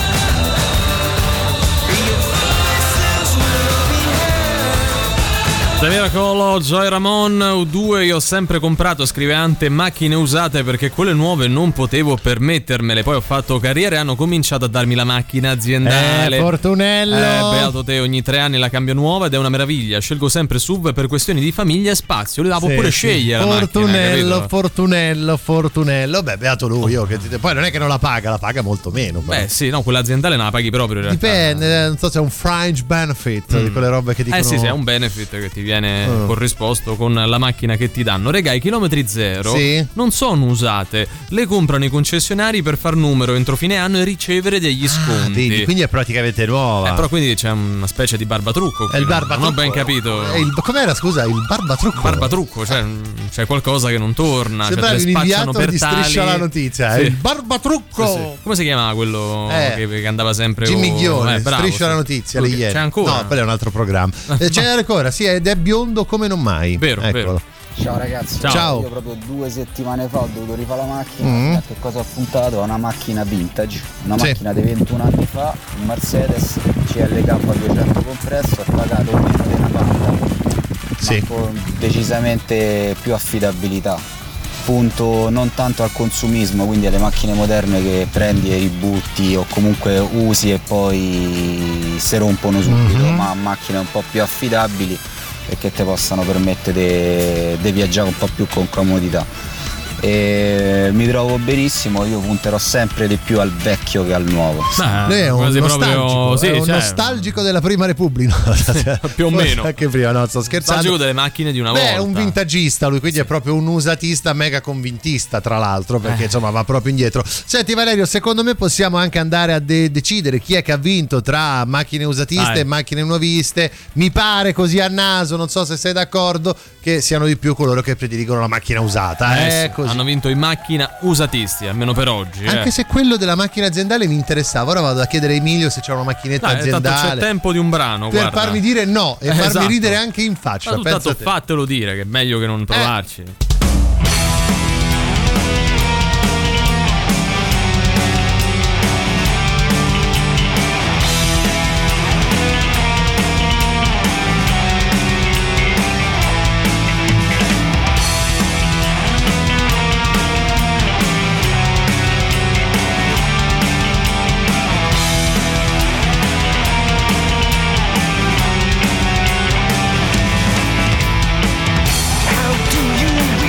Your voices will be heard. The Miracle, Joy Ramon. U due, io ho sempre comprato, scrive Ante, macchine usate perché quelle nuove non potevo permettermele. Poi ho fatto carriera e hanno cominciato a darmi la macchina aziendale. Eh, Fortunello. Eh, beato te, ogni tre anni la cambio nuova ed è una meraviglia. Scelgo sempre S U V per questioni di famiglia e spazio. Le davo Sì, pure sì. scegliere la Fortunello, macchina, Fortunello, Fortunello. Beh, beato lui. Io, che ti- poi non è che non la paga, la paga molto meno. però. Beh sì, no, quella aziendale non la paghi proprio in realtà. Dipende, non so se è un fringe benefit Mm. di quelle robe che dicono. Eh sì, sì, è un benefit che ti viene Mm. corrisposto con la macchina che ti danno. Regà, i chilometri zero Sì. non sono usate, le comprano i concessionari per far numero entro fine anno e ricevere degli sconti. Vedi, quindi è praticamente nuova. Eh, però quindi c'è una specie di barbatrucco qui, È il no? barbatrucco. Non ho ben capito. È il- com'era, scusa? Il barbatrucco. Barbatrucco, cioè c'è qualcosa che non torna, cioè te Sembravi le un spacciano inviato per di tali. Striscia la Notizia. Sì. È il barbatrucco. Sì, sì. Come si chiamava quello Eh. che, che andava sempre Jimmy con- Ghione, eh, bravo, Striscia sì. la Notizia, le Quello che- iene. C'è ancora? No, quello è un altro programma. Eh, C'è ancora, sì, ed è biondo come non mai. Vero, Eccolo. vero. Ciao ragazzi, Ciao. Ciao. Io proprio due settimane fa ho dovuto rifare la macchina. Mm. A che cosa ho puntato? A una macchina vintage, una Sì. macchina di ventuno anni fa, un Mercedes C L K duecento compresso, ho pagato meno di una Panda, Sì. ma con decisamente più affidabilità. Punto non tanto al consumismo, quindi alle macchine moderne che prendi e ributti o comunque usi e poi si rompono subito, Mhm. ma macchine un po' più affidabili e che ti possano permettere di viaggiare un po' più con comodità. E mi trovo benissimo, io punterò sempre di più al vecchio che al nuovo. Lui è un quasi nostalgico, proprio- sì, è un cioè- nostalgico della prima Repubblica. più o meno. Anche prima, no, sto scherzando. Nostalgico delle macchine di una Beh, volta. è un vintagista lui, quindi è proprio un usatista mega convintista, tra l'altro, perché Eh. insomma va proprio indietro. Senti Valerio, secondo me possiamo anche andare a de- decidere chi è che ha vinto tra macchine usatiste Dai. e macchine nuoviste. Mi pare così a naso, non so se sei d'accordo, che siano di più coloro che prediligono la macchina usata. Eh, Eh, sì, così. hanno vinto in macchina usatisti, almeno per oggi. Anche eh. se quello della macchina aziendale mi interessava, ora vado a chiedere a Emilio se c'è una macchinetta Dai, tanto aziendale c'è tempo di un brano, per guarda. farmi dire no e Eh, farmi esatto. ridere anche in faccia. Ma tu pensa tanto a te. fatelo dire che è meglio che non provarci. How do you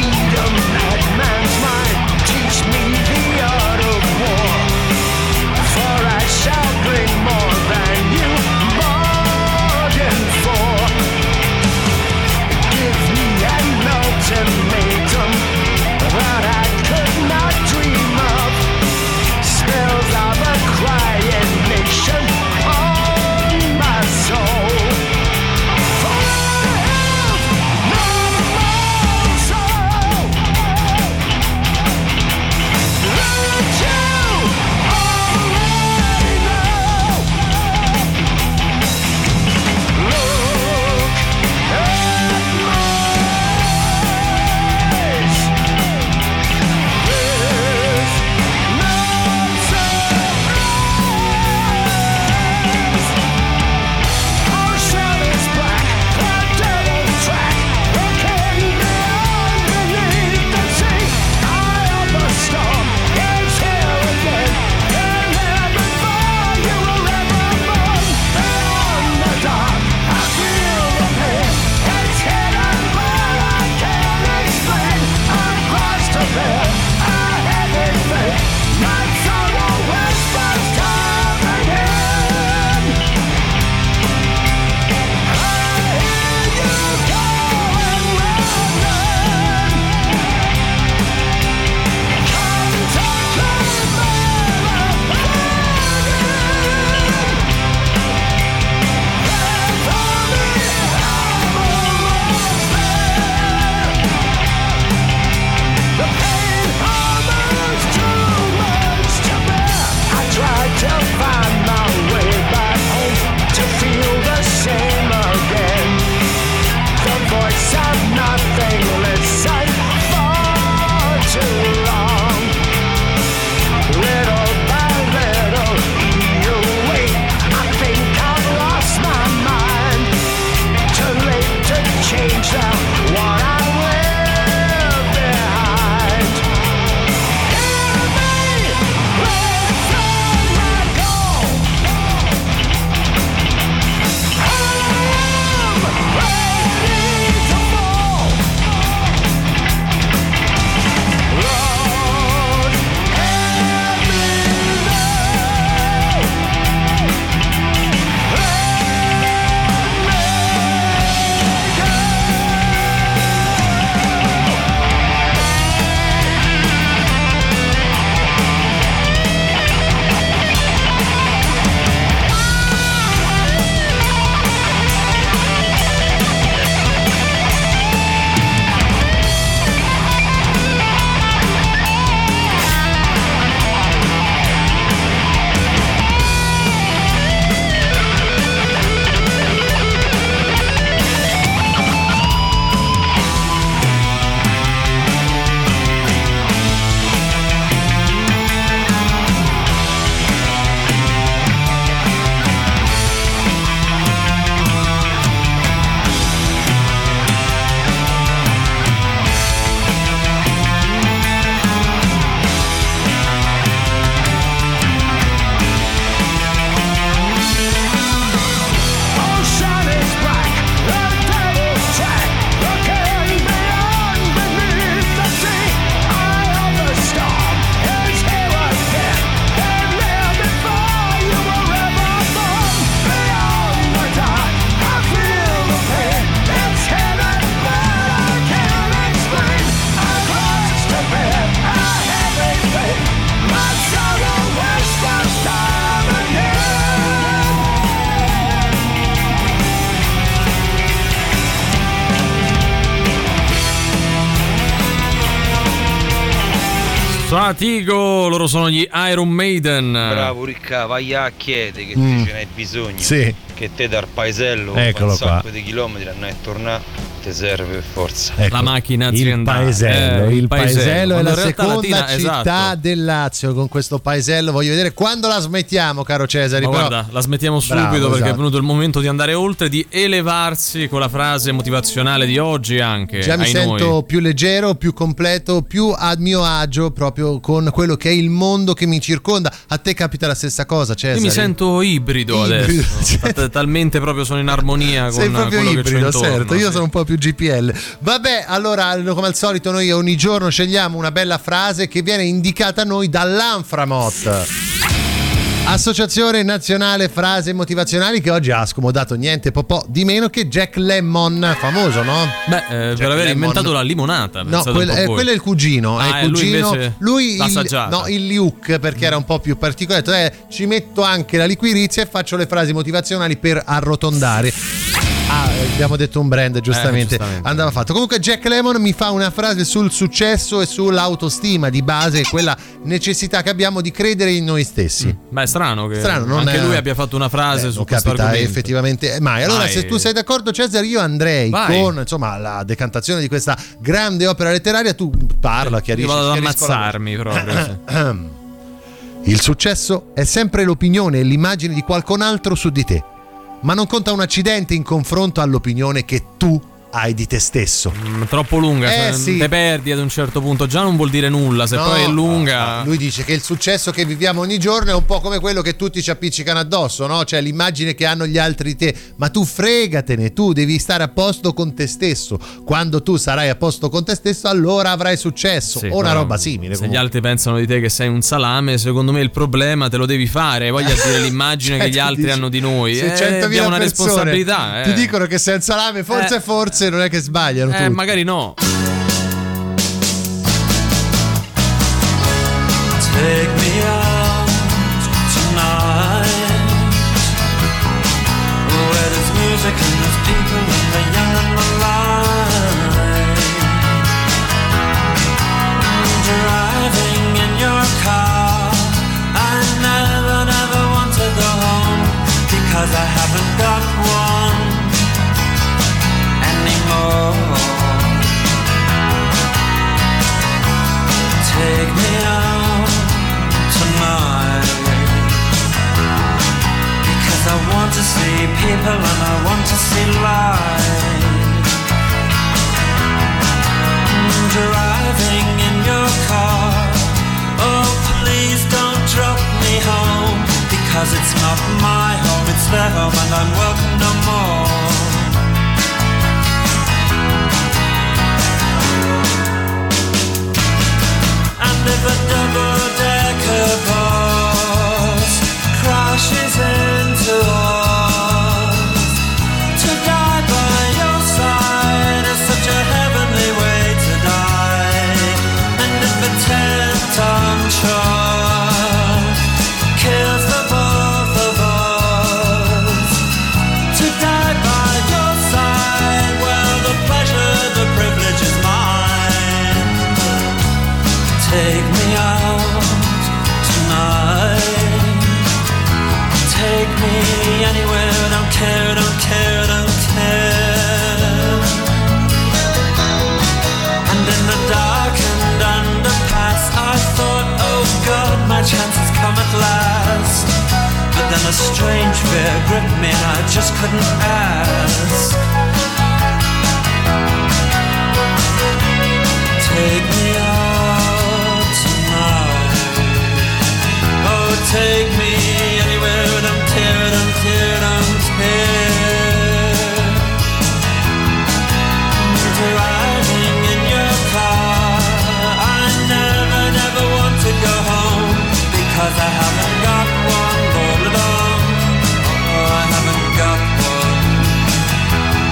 Fatigo, loro sono gli Iron Maiden. Bravo Ricca, vai a chiedere che Mm. te ce n'hai bisogno. Sì. Che te dal paesello Eccolo un sacco qua. di chilometri a noi tornare ti serve per forza. Ecco, La macchina il aziendale. paesello, Eh, il paesello è Quando la in realtà seconda Latina- città esatto. del Lazio. Con questo paesello voglio vedere quando la smettiamo, caro Cesari. Ma però... guarda, la smettiamo subito Bravo, perché esatto. è venuto il momento di andare oltre, di elevarsi con la frase motivazionale di oggi anche. Già mi ai sento noi. più leggero, più completo, più a mio agio proprio con quello che è il mondo che mi circonda. A te capita la stessa cosa, Cesari? Io mi sento ibrido, Ibrido, adesso. T- Talmente proprio sono in armonia con Sei proprio quello che c'è ibrido, intorno. certo. Io sì. sono un po' più G P L. Vabbè, allora, come al solito, noi ogni giorno scegliamo una bella frase che viene indicata a noi dall'Anframot, Associazione Nazionale Frasi Motivazionali, che oggi ha scomodato niente po' po' di meno che Jack Lemmon, famoso, no? Beh, eh, per aver Lemmon. inventato la limonata. No, pensate quel- un po' eh, voi. quello è il cugino. Ah, è e il lui cugino. invece Lui l'ha il, assaggiata. no, il Liuk, perché era un po' più particolare. Ha detto, eh, ci metto anche la liquirizia e faccio le frasi motivazionali per arrotondare. Ah, abbiamo detto un brand, giustamente, Eh, giustamente. andava fatto. Comunque Jack Lemmon mi fa una frase sul successo e sull'autostima di base, quella necessità che abbiamo di credere in noi stessi. Beh, è strano che Strano, non anche è- lui abbia fatto una frase Eh, su non questo capita argomento. effettivamente mai. Allora, Vai. se tu sei d'accordo, Cesare, io andrei Vai. con insomma la decantazione di questa grande opera letteraria. Tu parla, chiarisci. Io vado ad chiarisco la- ammazzarmi proprio. sì. Il successo è sempre l'opinione e l'immagine di qualcun altro su di te, ma non conta un accidente in confronto all'opinione che tu hai di te stesso. Mm, troppo lunga, Eh, cioè, sì. te perdi ad un certo punto. Già non vuol dire nulla, se No, poi è lunga. no, lui dice che il successo che viviamo ogni giorno è un po' come quello che tutti ci appiccicano addosso, no? Cioè l'immagine che hanno gli altri di te, ma tu fregatene, tu devi stare a posto con te stesso. Quando tu sarai a posto con te stesso, allora avrai successo. Sì, o una però, roba simile. Se comunque. gli altri pensano di te che sei un salame, secondo me il problema te lo devi fare. Voglia dire l'immagine che gli Cioè, tu altri dici, hanno di noi. se Eh, centomila abbiamo una persone responsabilità. Eh. ti dicono che sei un salame, forse Eh. forse non è che sbagliano Eh, tutti. magari no. Take me out tonight, where there's music and there's people and the young and the light. Driving in your car, I never, never want to go home, because I haven't got one anymore. Take me out tonight, because I want to see people and I want to see life. Driving in your car, oh please don't drop me home, because it's not my home, it's their home and I'm welcome no more. And if a double-decker bus crashes into us, to die by your side is such a heavenly way to die. And if a ten-ton truck kills the both of us, to die by your side, well, the pleasure, the privilege is mine. Take me out tonight, take me anywhere, don't care, don't care, don't care. And in the darkened underpass, I thought, oh God, my chance has come at last. But then a strange fear gripped me and I just couldn't ask. Take me out tonight, oh take me anywhere, don't care, don't care, don't care. Driving in your car, I never, never want to go home, because I haven't got one, all along. Oh, I haven't got one.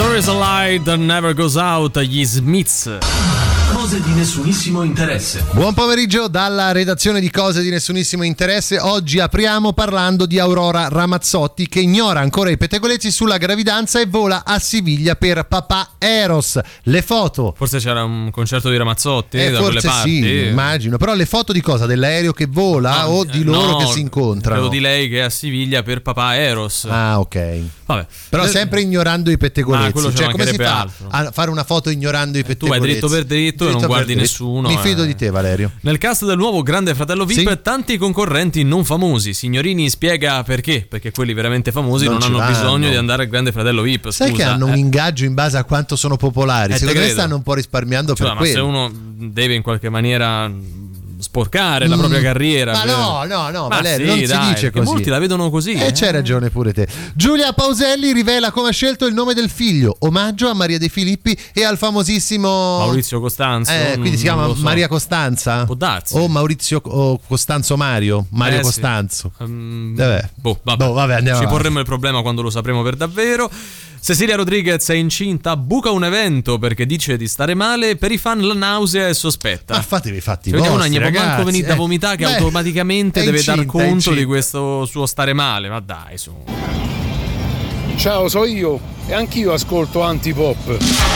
There is a light that never goes out, gli Smiths. Cose di nessunissimo interesse. Buon pomeriggio dalla redazione di Cose di nessunissimo interesse. Oggi apriamo parlando di Aurora Ramazzotti, che ignora ancora i pettegolezzi sulla gravidanza e vola a Siviglia per papà Eros. Le foto. Forse c'era un concerto di Ramazzotti eh, da forse quelle parti. Sì, immagino. Però le foto di cosa? Dell'aereo che vola no, o di loro no, che si incontrano? Credo di lei che è a Siviglia per papà Eros. Ah, ok. Vabbè. Però sempre ignorando i pettegolezzi. Ah, quello cioè, come si fa altro. a fare una foto ignorando i pettegolezzi? Tu vai dritto per dritto, dritto e non guardi nessuno. Mi fido eh. di te, Valerio. Nel cast del nuovo Grande Fratello V I P, sì? Tanti concorrenti non famosi. Signorini spiega perché. Perché quelli veramente famosi non, non hanno vanno. bisogno di andare al Grande Fratello V I P. Sai scusa, che hanno eh. un ingaggio in base a quanto sono popolari? Eh, Secondo me credo. stanno un po' risparmiando cioè, per ma quello. Se uno deve in qualche maniera sporcare mm. la propria carriera. Ma no, no, no, ma Valerio, sì, non dai, si dice così. Molti la vedono così. E eh, c'hai ragione pure te. Giulia Pauselli rivela come ha scelto il nome del figlio, omaggio a Maria De Filippi e al famosissimo Maurizio Costanzo. Eh, quindi si chiama so. Maria Costanza? Può darsi. O Maurizio o Costanzo Mario? Mario eh, Costanzo. Sì. Um, vabbè. Boh, vabbè. Boh, vabbè, andiamo Ci avanti. porremo il problema quando lo sapremo per davvero. Cecilia Rodriguez è incinta, buca un evento perché dice di stare male, per i fan la nausea è sospetta. Ma fatevi i fatti cioè, vostri, una ne ragazzi. manco venire da vomitare che Beh, automaticamente deve incinta, dar conto incinta. di questo suo stare male, ma dai su. Ciao, so io e anch'io ascolto Antipop.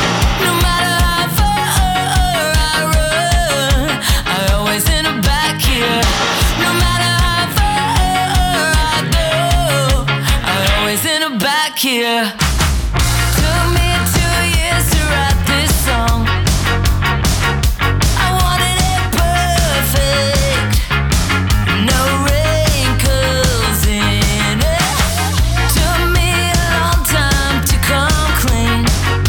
Here. Took me two years to write this song. I wanted it perfect, no wrinkles in it. Took me a long time to come clean.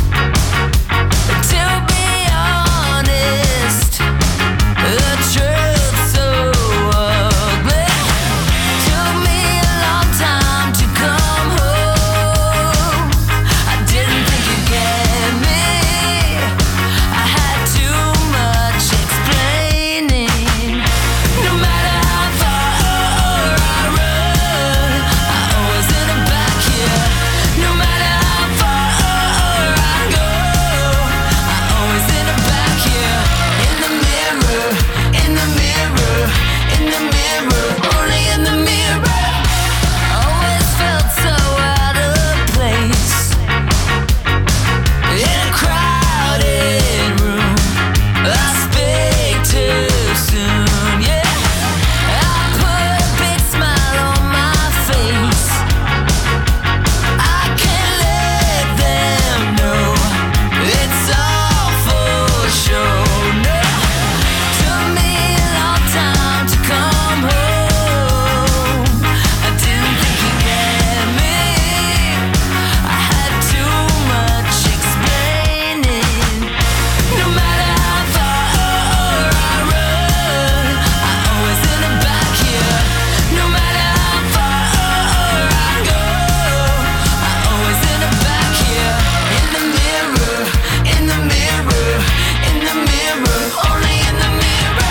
To be honest, the truth's so ugly. Took me a long time to come home. I didn't think you'd get me. I had too much explaining. No matter how far I run, I always end up back here. No matter how far I go, I always end up back here. In the mirror, in the mirror, in the mirror, only in the mirror. Always felt so out of place in a crowded room. I speak too soon, yeah. I put a big smile on my face. I can't let them know it's all for show. No, took me a long time to come home. I didn't think you'd get me. I had too much explaining. No matter how far I run, I always end up back here. No matter how far I go, I always end up back here. In the mirror, in the mirror, in the mirror, only in the mirror.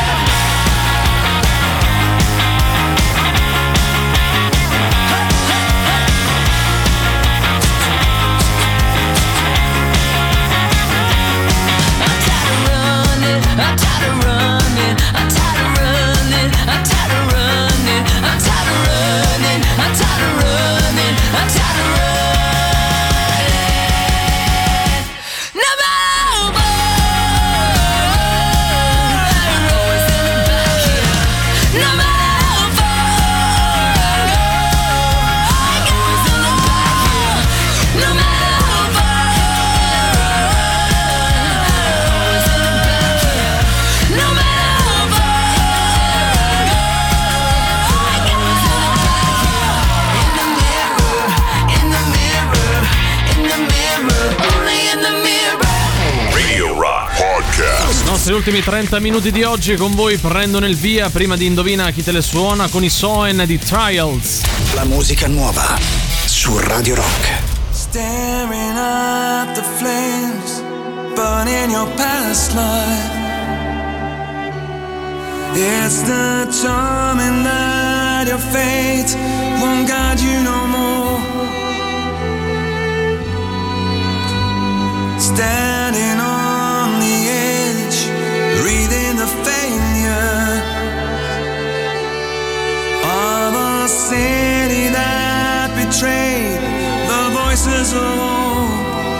I'm tired of running, I'm tired of running, I'm tired of running, I'm tired of running, I'm tired of running, I'm tired of running. No matter how far I always end up back here. No matter how far I go, I always end up back here. No matter how far no matter how far I go, I always end up back here. In the mirror, in the mirror, in the mirror, only in the mirror. Radio Rock Podcast. I nostri ultimi trenta minuti di oggi con voi prendono il via prima di Indovina chi te le suona con i Soen di Trials. La musica nuova su Radio Rock. Staring at the flames burning your past life. It's the charming that your fate won't guide you no more. city that betrayed the voices of old.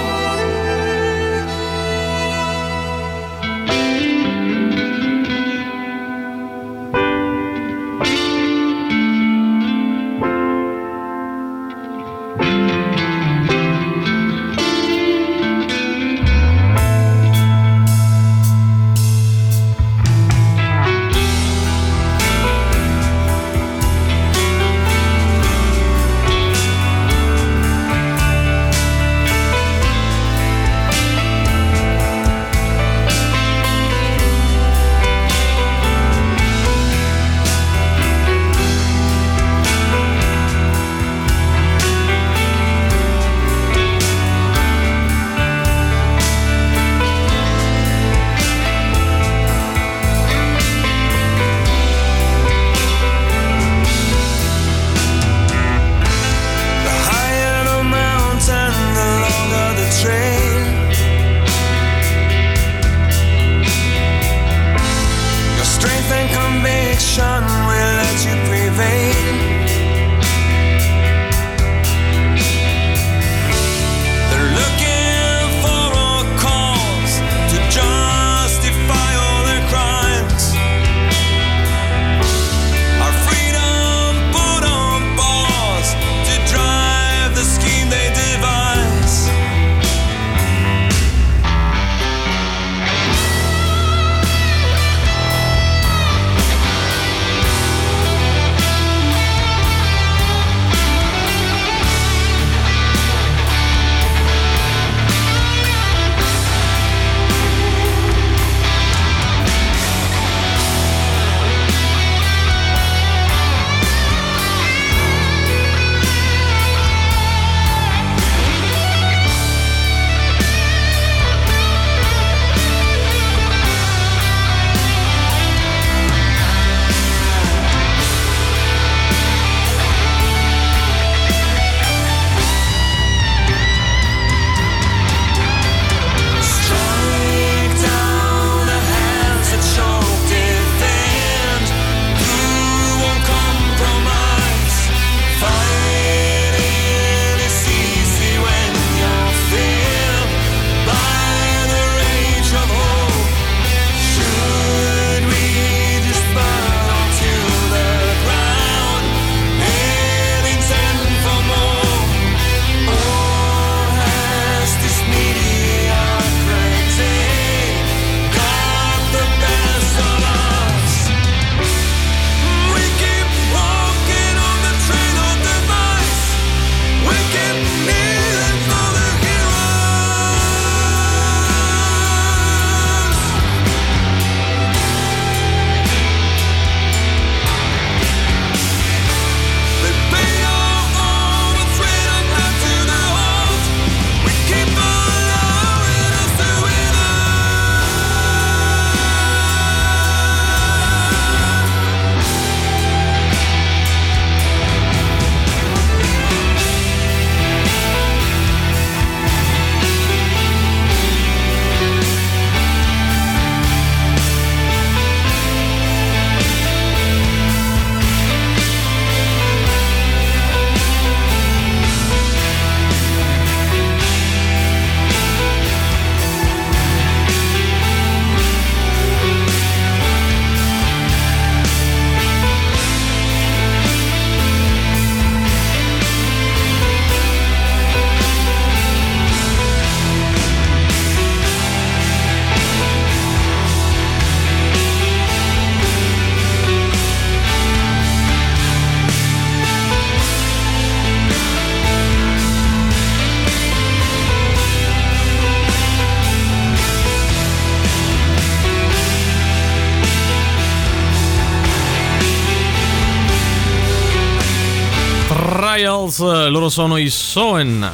Trials, loro sono i Soen.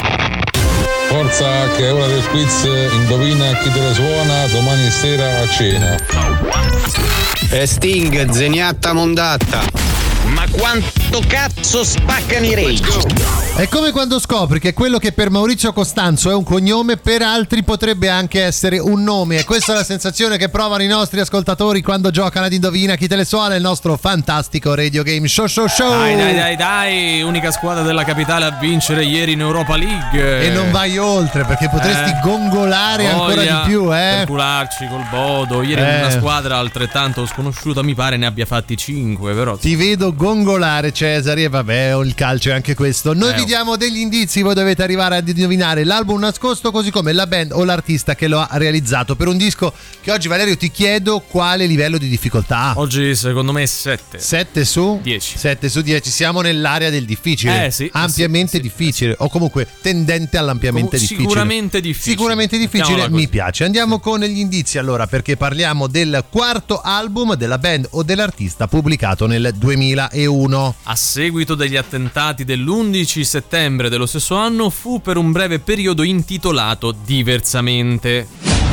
Forza che è ora del quiz, indovina chi te la suona domani sera a cena. E Sting, Zeniatta Mondatta. Ma quanto sto cazzo spaccano i rage. È come quando scopri che quello che per Maurizio Costanzo è un cognome, per altri potrebbe anche essere un nome. E questa è la sensazione che provano i nostri ascoltatori quando giocano ad Indovina chi te le suona, il nostro fantastico radio game show show show. Dai dai dai dai, unica squadra della capitale a vincere ieri in Europa League. E non vai oltre, perché potresti eh, gongolare ancora di più, eh. Per cularci col Bodo. Ieri eh. una squadra altrettanto sconosciuta mi pare ne abbia fatti cinque, però. Ti vedo gongolare, Cesari, e vabbè, il calcio è anche questo. Noi eh, vi diamo degli indizi, voi dovete arrivare ad indovinare l'album nascosto, così come la band o l'artista che lo ha realizzato, per un disco che oggi, Valerio, ti chiedo quale livello di difficoltà ha. Oggi secondo me è sette. sette su dieci. sette su dieci, siamo nell'area del difficile. Eh sì. Ampiamente sì, sì, difficile, sì. o comunque tendente all'ampiamente Com- difficile. Sicuramente difficile. Sicuramente difficile, mi piace. Andiamo con gli indizi allora, perché parliamo del quarto album della band o dell'artista pubblicato nel duemilauno. A seguito degli attentati dell'undici settembre dello stesso anno fu per un breve periodo intitolato Diversamente.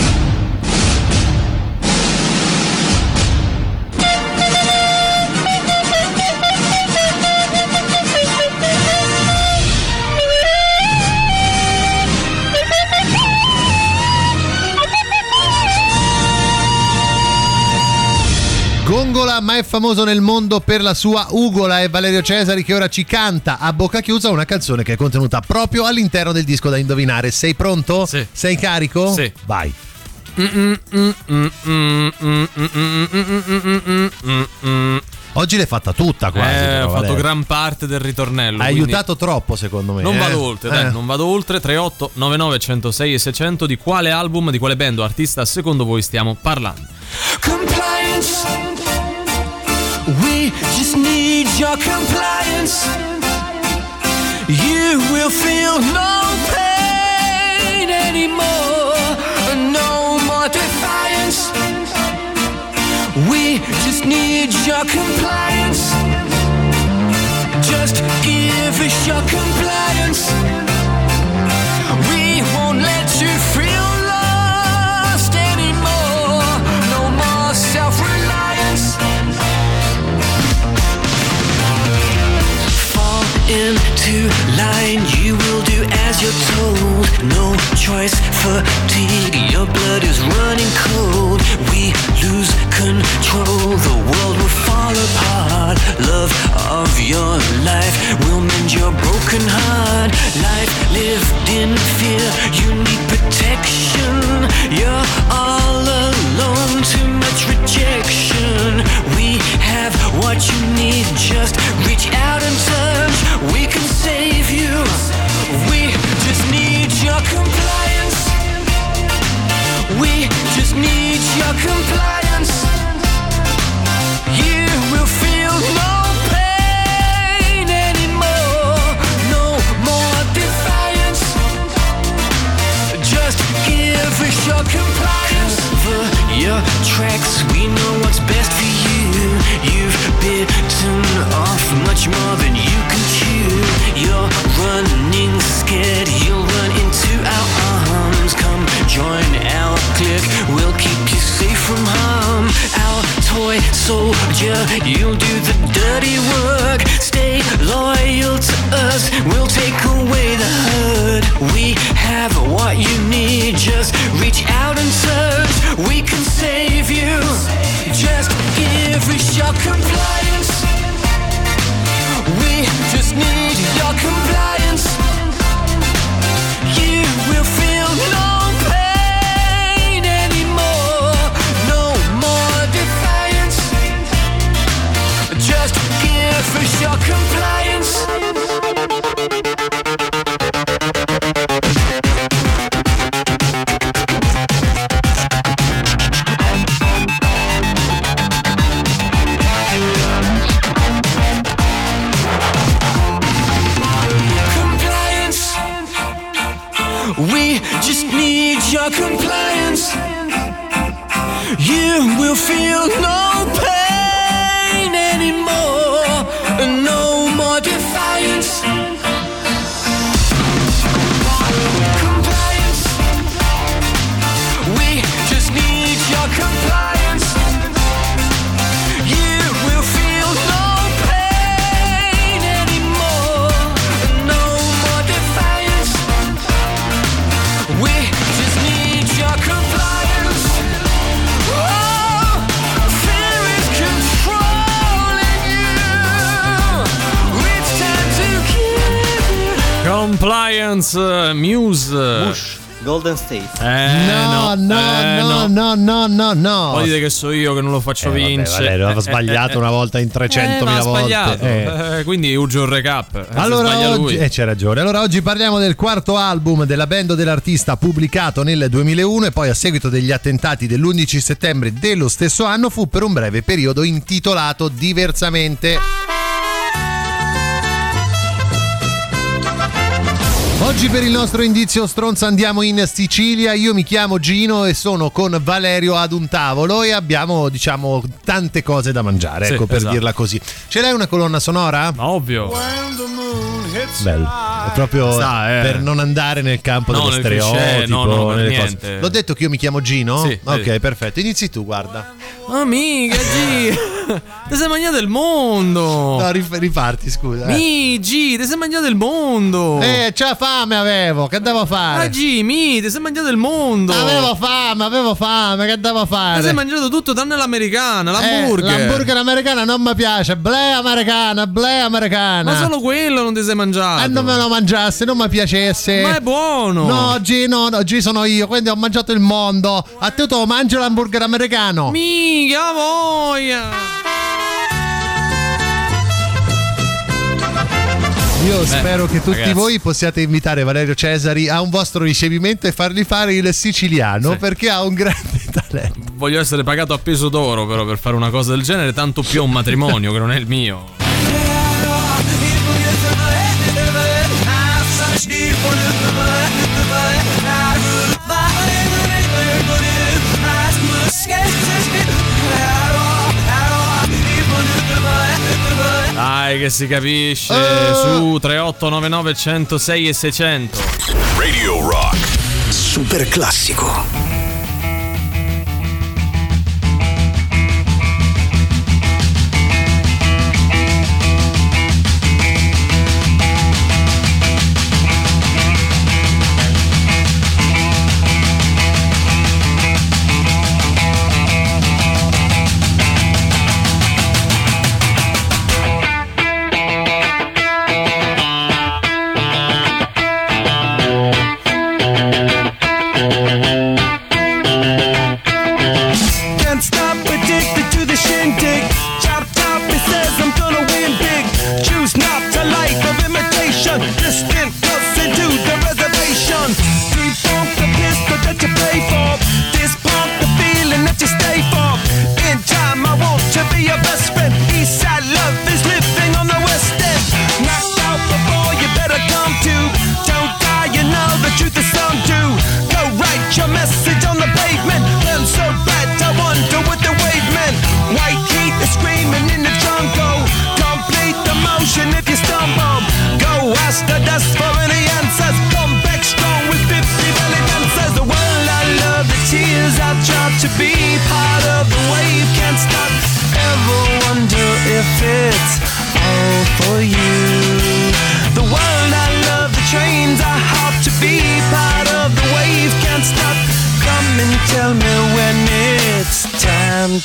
Gongola, ma è famoso nel mondo per la sua ugola. È Valerio Cesari che ora ci canta a bocca chiusa una canzone che è contenuta proprio all'interno del disco da indovinare. Sei pronto? Sì. Sei carico? Sì. Vai. Oggi l'hai fatta tutta quasi. Eh, però, ho fatto Valerio. gran parte del ritornello. Hai quindi aiutato troppo, secondo me. Non eh? vado oltre, eh. dai, non vado oltre. tre otto nove nove uno zero sei e seicento. Di quale album, di quale band o artista secondo voi stiamo parlando? Compliance. We just need your compliance. You will feel no pain anymore. No more defiance. We just need your compliance. Just give us your compliance. We won't let you feel lost anymore. No more self-reliance. Fall into line, you will do as you're told. No choice, fatigue, your blood is running cold. We lose control, the world will fall apart. Love of your life will mend your broken heart. Life lived in fear, you need protection. You're all alone, too much rejection. We have what you need, just reach out and touch. We can save you. We just need your compliance. We just need your compliance. You will feel no pain anymore. No more defiance. Just give us your compliance. Cover your tracks, we know what's best for you. You've bitten off much more than you can chew. You're running scared, you'll run into our arms. Come join our clique, we'll keep you safe from harm. Our toy soldier, you'll do the dirty work. Stay loyal to us, we'll take away the hurt. We have what you need, just reach out and touch. We can save you, just give us your compliance. We just need your compliance. You will feel no pain anymore. No more defiance. Just give us your compliance. Compliance. We just need your compliance. You will feel no pain anymore. No more defiance. Compliance. We just need your compliance. You will feel no pain Compliance Muse. Bush. Golden State. Eh, no, no, no, eh, no, no, no, no, no. Poi dite che so io che non lo faccio Eh, vabbè, vincere. Valerio, aveva sbagliato una volta in trecentomila eh, ma ha volte. sbagliato. Eh. Eh, quindi urge un recap. Eh, se Allora sbaglia oggi, lui. eh, c'è ragione. Allora oggi parliamo del quarto album della band o dell'artista pubblicato nel duemilauno e poi a seguito degli attentati dell'undici settembre dello stesso anno fu per un breve periodo intitolato diversamente. Oggi per il nostro indizio stronzo andiamo in Sicilia. Io mi chiamo Gino e sono con Valerio ad un tavolo e abbiamo, diciamo, tante cose da mangiare, Sì, ecco, per esatto. dirla così. Ce l'hai una colonna sonora? Ovvio. Bello, è proprio Sta, eh. per non andare nel campo No, dello nel stereotipo, cliché, no, no, per nelle niente. cose. L'ho detto che io mi chiamo Gino? Sì, ok, sì. perfetto. Inizi tu, guarda. Amica, G. Ti sei mangiato il mondo. No, rif- riparti, scusa. eh. Mi, G, ti sei mangiato il mondo. Eh, c'ha fame avevo, che devo fare? Ah, G, mi, ti sei mangiato il mondo. Avevo fame, avevo fame, che devo fare? Ti sei mangiato tutto tranne l'americana, l'hamburger. Eh, l'hamburger americana non mi piace, bleh americana, bleh americana. Ma solo quello non ti sei mangiato. E non me lo mangiassi, non mi piacesse. Ma è buono. No, G, no, no, G sono io, quindi ho mangiato il mondo. A te tu mangi l'hamburger americano. Mica voglia. Io Beh, spero che tutti ragazzi. voi possiate invitare Valerio Cesari a un vostro ricevimento e fargli fare il siciliano, Sì. perché ha un grande talento. Voglio essere pagato a peso d'oro però per fare una cosa del genere, tanto più a un matrimonio che non è il mio. Dai che si capisce. Su tre otto nove nove uno zero sei e seicento. Radio Rock. Super classico. Can't stop, addicted to the shindig. Chop top, it says I'm gonna win big. Choose not a life of imitation. Distant closer to the reservation. Deep funk the pistol that you pay for. This pump the feeling that you stay for. In time, I want to be your best friend. East side love is living on the west end. Knocked out before you better come to. Don't die, you know the truth is some do. Go write your message on the pavement. Burn so bright, I wonder what the wave meant. White heat is screaming in the jungle. Complete the motion if you stumble. Go ask the dust for any answers. Come back strong with fifty belly dancers. The world I love, the tears I drop to be part of the wave. Can't stop. Ever wonder if it's all for you? The world I love, the trains I hop to be part of the wave. Can't stop. Come and tell me when it's time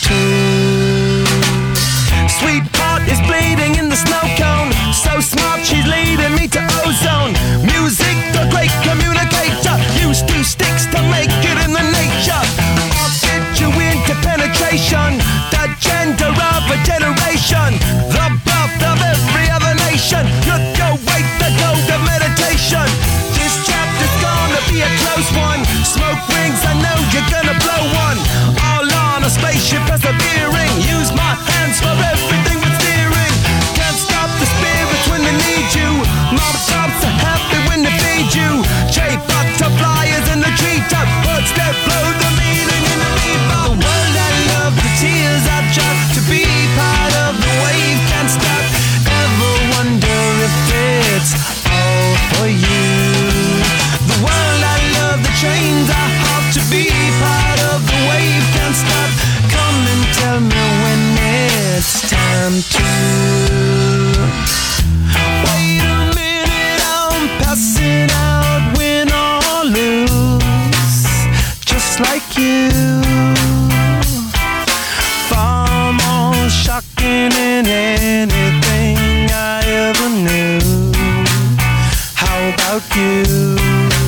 to. Sweetheart is bleeding in the snow cone. So smart, she's leading me to ozone. Music, the great communicator. Use two sticks to make it in the nature. I'll get you into penetration. The gender of a generation. The birth of every other nation. Look your way to go to meditation. This chapter's gonna be a close one. Smoke rings, I know you're gonna blow one. All on a spaceship persevering. Use my hands for everything but steering. Can't stop the spirits when they need you. Mob tops are happy when they song about you.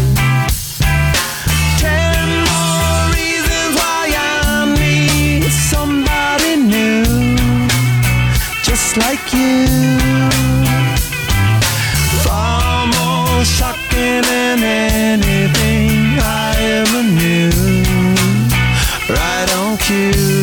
Ten more reasons why I need somebody new, just like you. Far more shocking than anything I ever knew. Right on cue.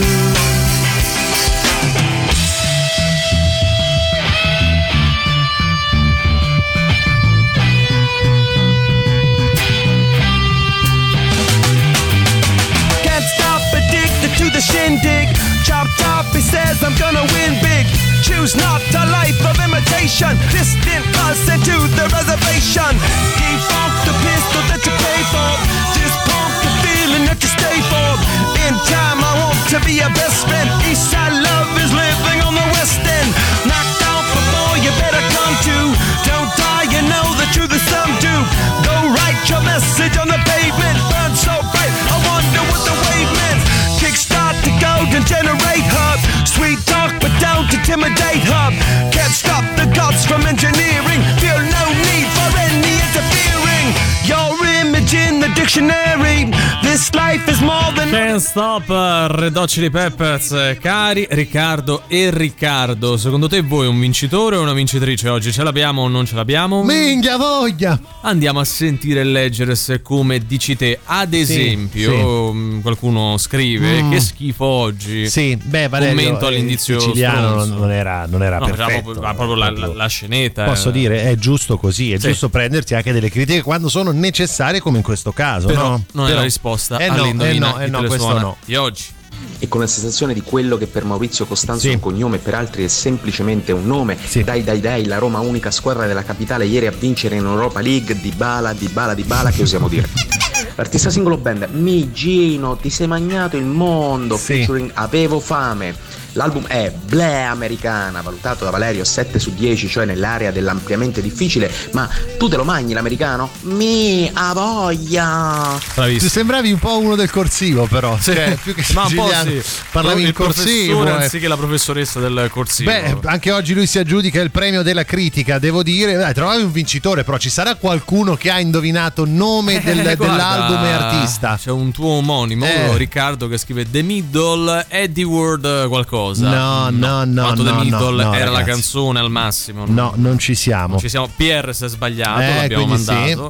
To the shindig, chop top, he says I'm gonna win big. Choose not a life of imitation, distant us into the reservation. Defunct the pistol that you pay for, this punk the feeling that you stay for. In time I want to be your best friend. Eastside love is living on the west end. Knocked out before you better come to. Don't die, you know the truth is some do. Go write your message on the pavement. Burn so bright, I wonder what the wave meant. Kickstart the golden generate hub. Sweet talk but don't intimidate hub. Can't stop the gods from engineering. Feel no need for any interfering. Your image in the dictionary. This life is more than Can't Stop, Red Hot Chili Peppers. Cari Riccardo e Riccardo, secondo te voi un vincitore o una vincitrice oggi? Ce l'abbiamo o non ce l'abbiamo? Minchia voglia! Andiamo a sentire e leggere se come dici te. Ad esempio, sì, sì. qualcuno scrive mm. che schifo oggi. Sì, beh, Valerio, commento all'indizio siciliano non era, non era no, perfetto. Proprio, proprio la, la, la scenetta. Posso dire, è giusto così, è sì. giusto prendersi anche delle critiche quando sono necessarie, come in questo caso. Però no? non Però, è la risposta eh no, all'indovina eh no, eh no, questo no. di oggi. E con la sensazione di quello che per Maurizio Costanzo sì. è un cognome, per altri è semplicemente un nome. Sì. Dai dai dai, la Roma unica squadra della capitale ieri a vincere in Europa League. Dybala, Dybala, Dybala, che osiamo dire. L'artista singolo band Migino, ti sei magnato il mondo, sì. featuring Avevo fame. L'album è Bleh Americana, valutato da Valerio sette su dieci, cioè nell'area dell'ampliamente difficile. Ma tu te lo mangi l'americano? Mi a voglia. Ti sembravi un po' uno del corsivo, però sì. cioè, più che ma un po' sì. parlavi il in corsivo eh. anziché la professoressa del corsivo. Beh, anche oggi lui si aggiudica il premio della critica, devo dire. Dai, trovavi un vincitore, però ci sarà qualcuno che ha indovinato nome del, eh, dell'album e artista. C'è un tuo omonimo, eh. Riccardo, che scrive The Middle, Eddie Ward qualcosa. No, no, no. Quanto no, The Middle no, no, era ragazzi. la canzone al massimo. No, non ci siamo. Non ci siamo. Pierre si è sbagliato, eh, l'abbiamo mandato.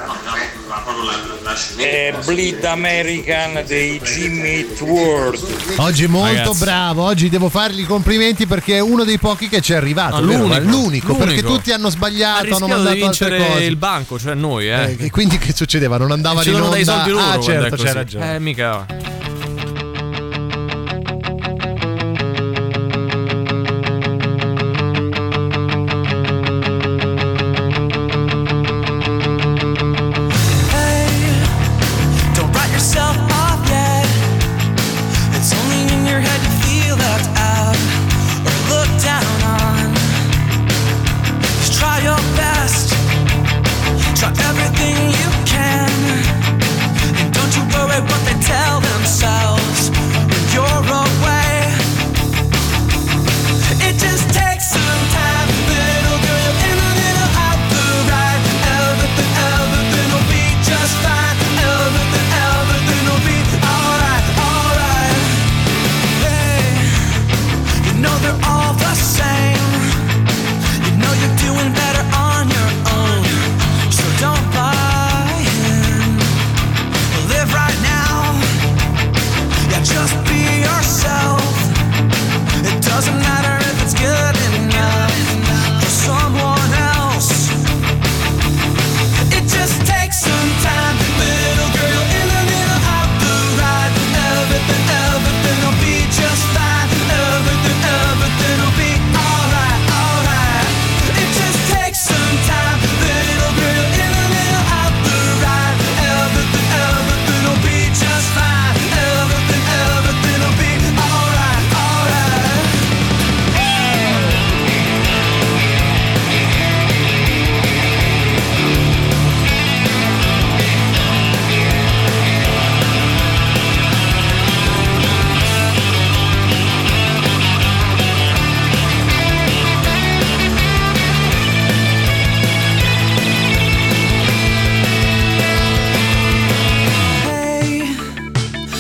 Sì. È Bleed American dei Jimmy Eat World. Oggi molto Ragazzi. bravo. Oggi devo fargli i complimenti perché è uno dei pochi che ci è arrivato. Ah, l'unico, l'unico, l'unico, l'unico, perché tutti hanno sbagliato, ha hanno mandato di vincere altre cose. Il banco, cioè noi, eh. eh. E quindi che succedeva? Non andavano ci in onda. Dei soldi loro, ah, certo, c'hai ragione. Eh, mica. Don't buy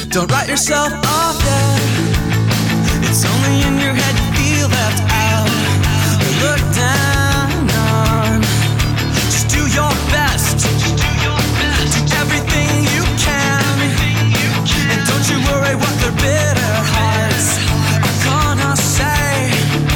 Don't write yourself off yet. It's only in your head you feel left out or look down on. Just do your best. Do everything you can. And don't you worry what their bitter hearts are gonna say.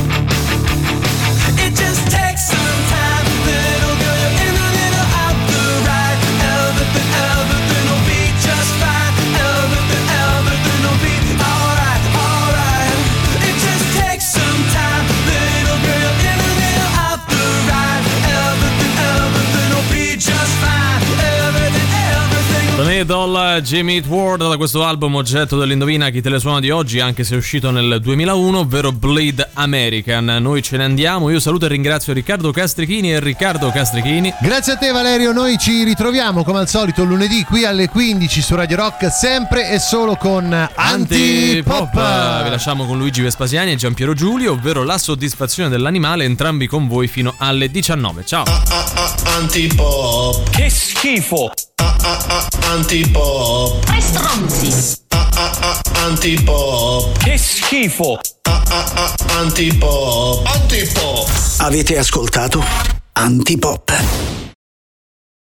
It just takes some time, little girl. You're in a little out the right. Everything, everything will be just fine. Everything, everything will be alright, alright. It just takes some time, little girl. You're in a little out the right. Everything, everything will be just fine. Everything, everything. Tony Doll, Jimmy Eat World, da questo album oggetto dell'Indovina chi te le suona di oggi, anche se è uscito nel duemilauno, ovvero Bleed American. Noi ce ne andiamo, io saluto e ringrazio Riccardo Castrichini e Riccardo Castrichini. Grazie a te Valerio, noi ci ritroviamo come al solito lunedì qui alle quindici su Radio Rock, sempre e solo con Antipop. Vi lasciamo con Luigi Vespasiani e Giampiero Giulio, ovvero La soddisfazione dell'animale, entrambi con voi fino alle diciannove. Ciao. Antipop. Che schifo. Antipop. Tre stronzi. Antipop. Che schifo. Antipop. Antipop. Avete ascoltato Antipop.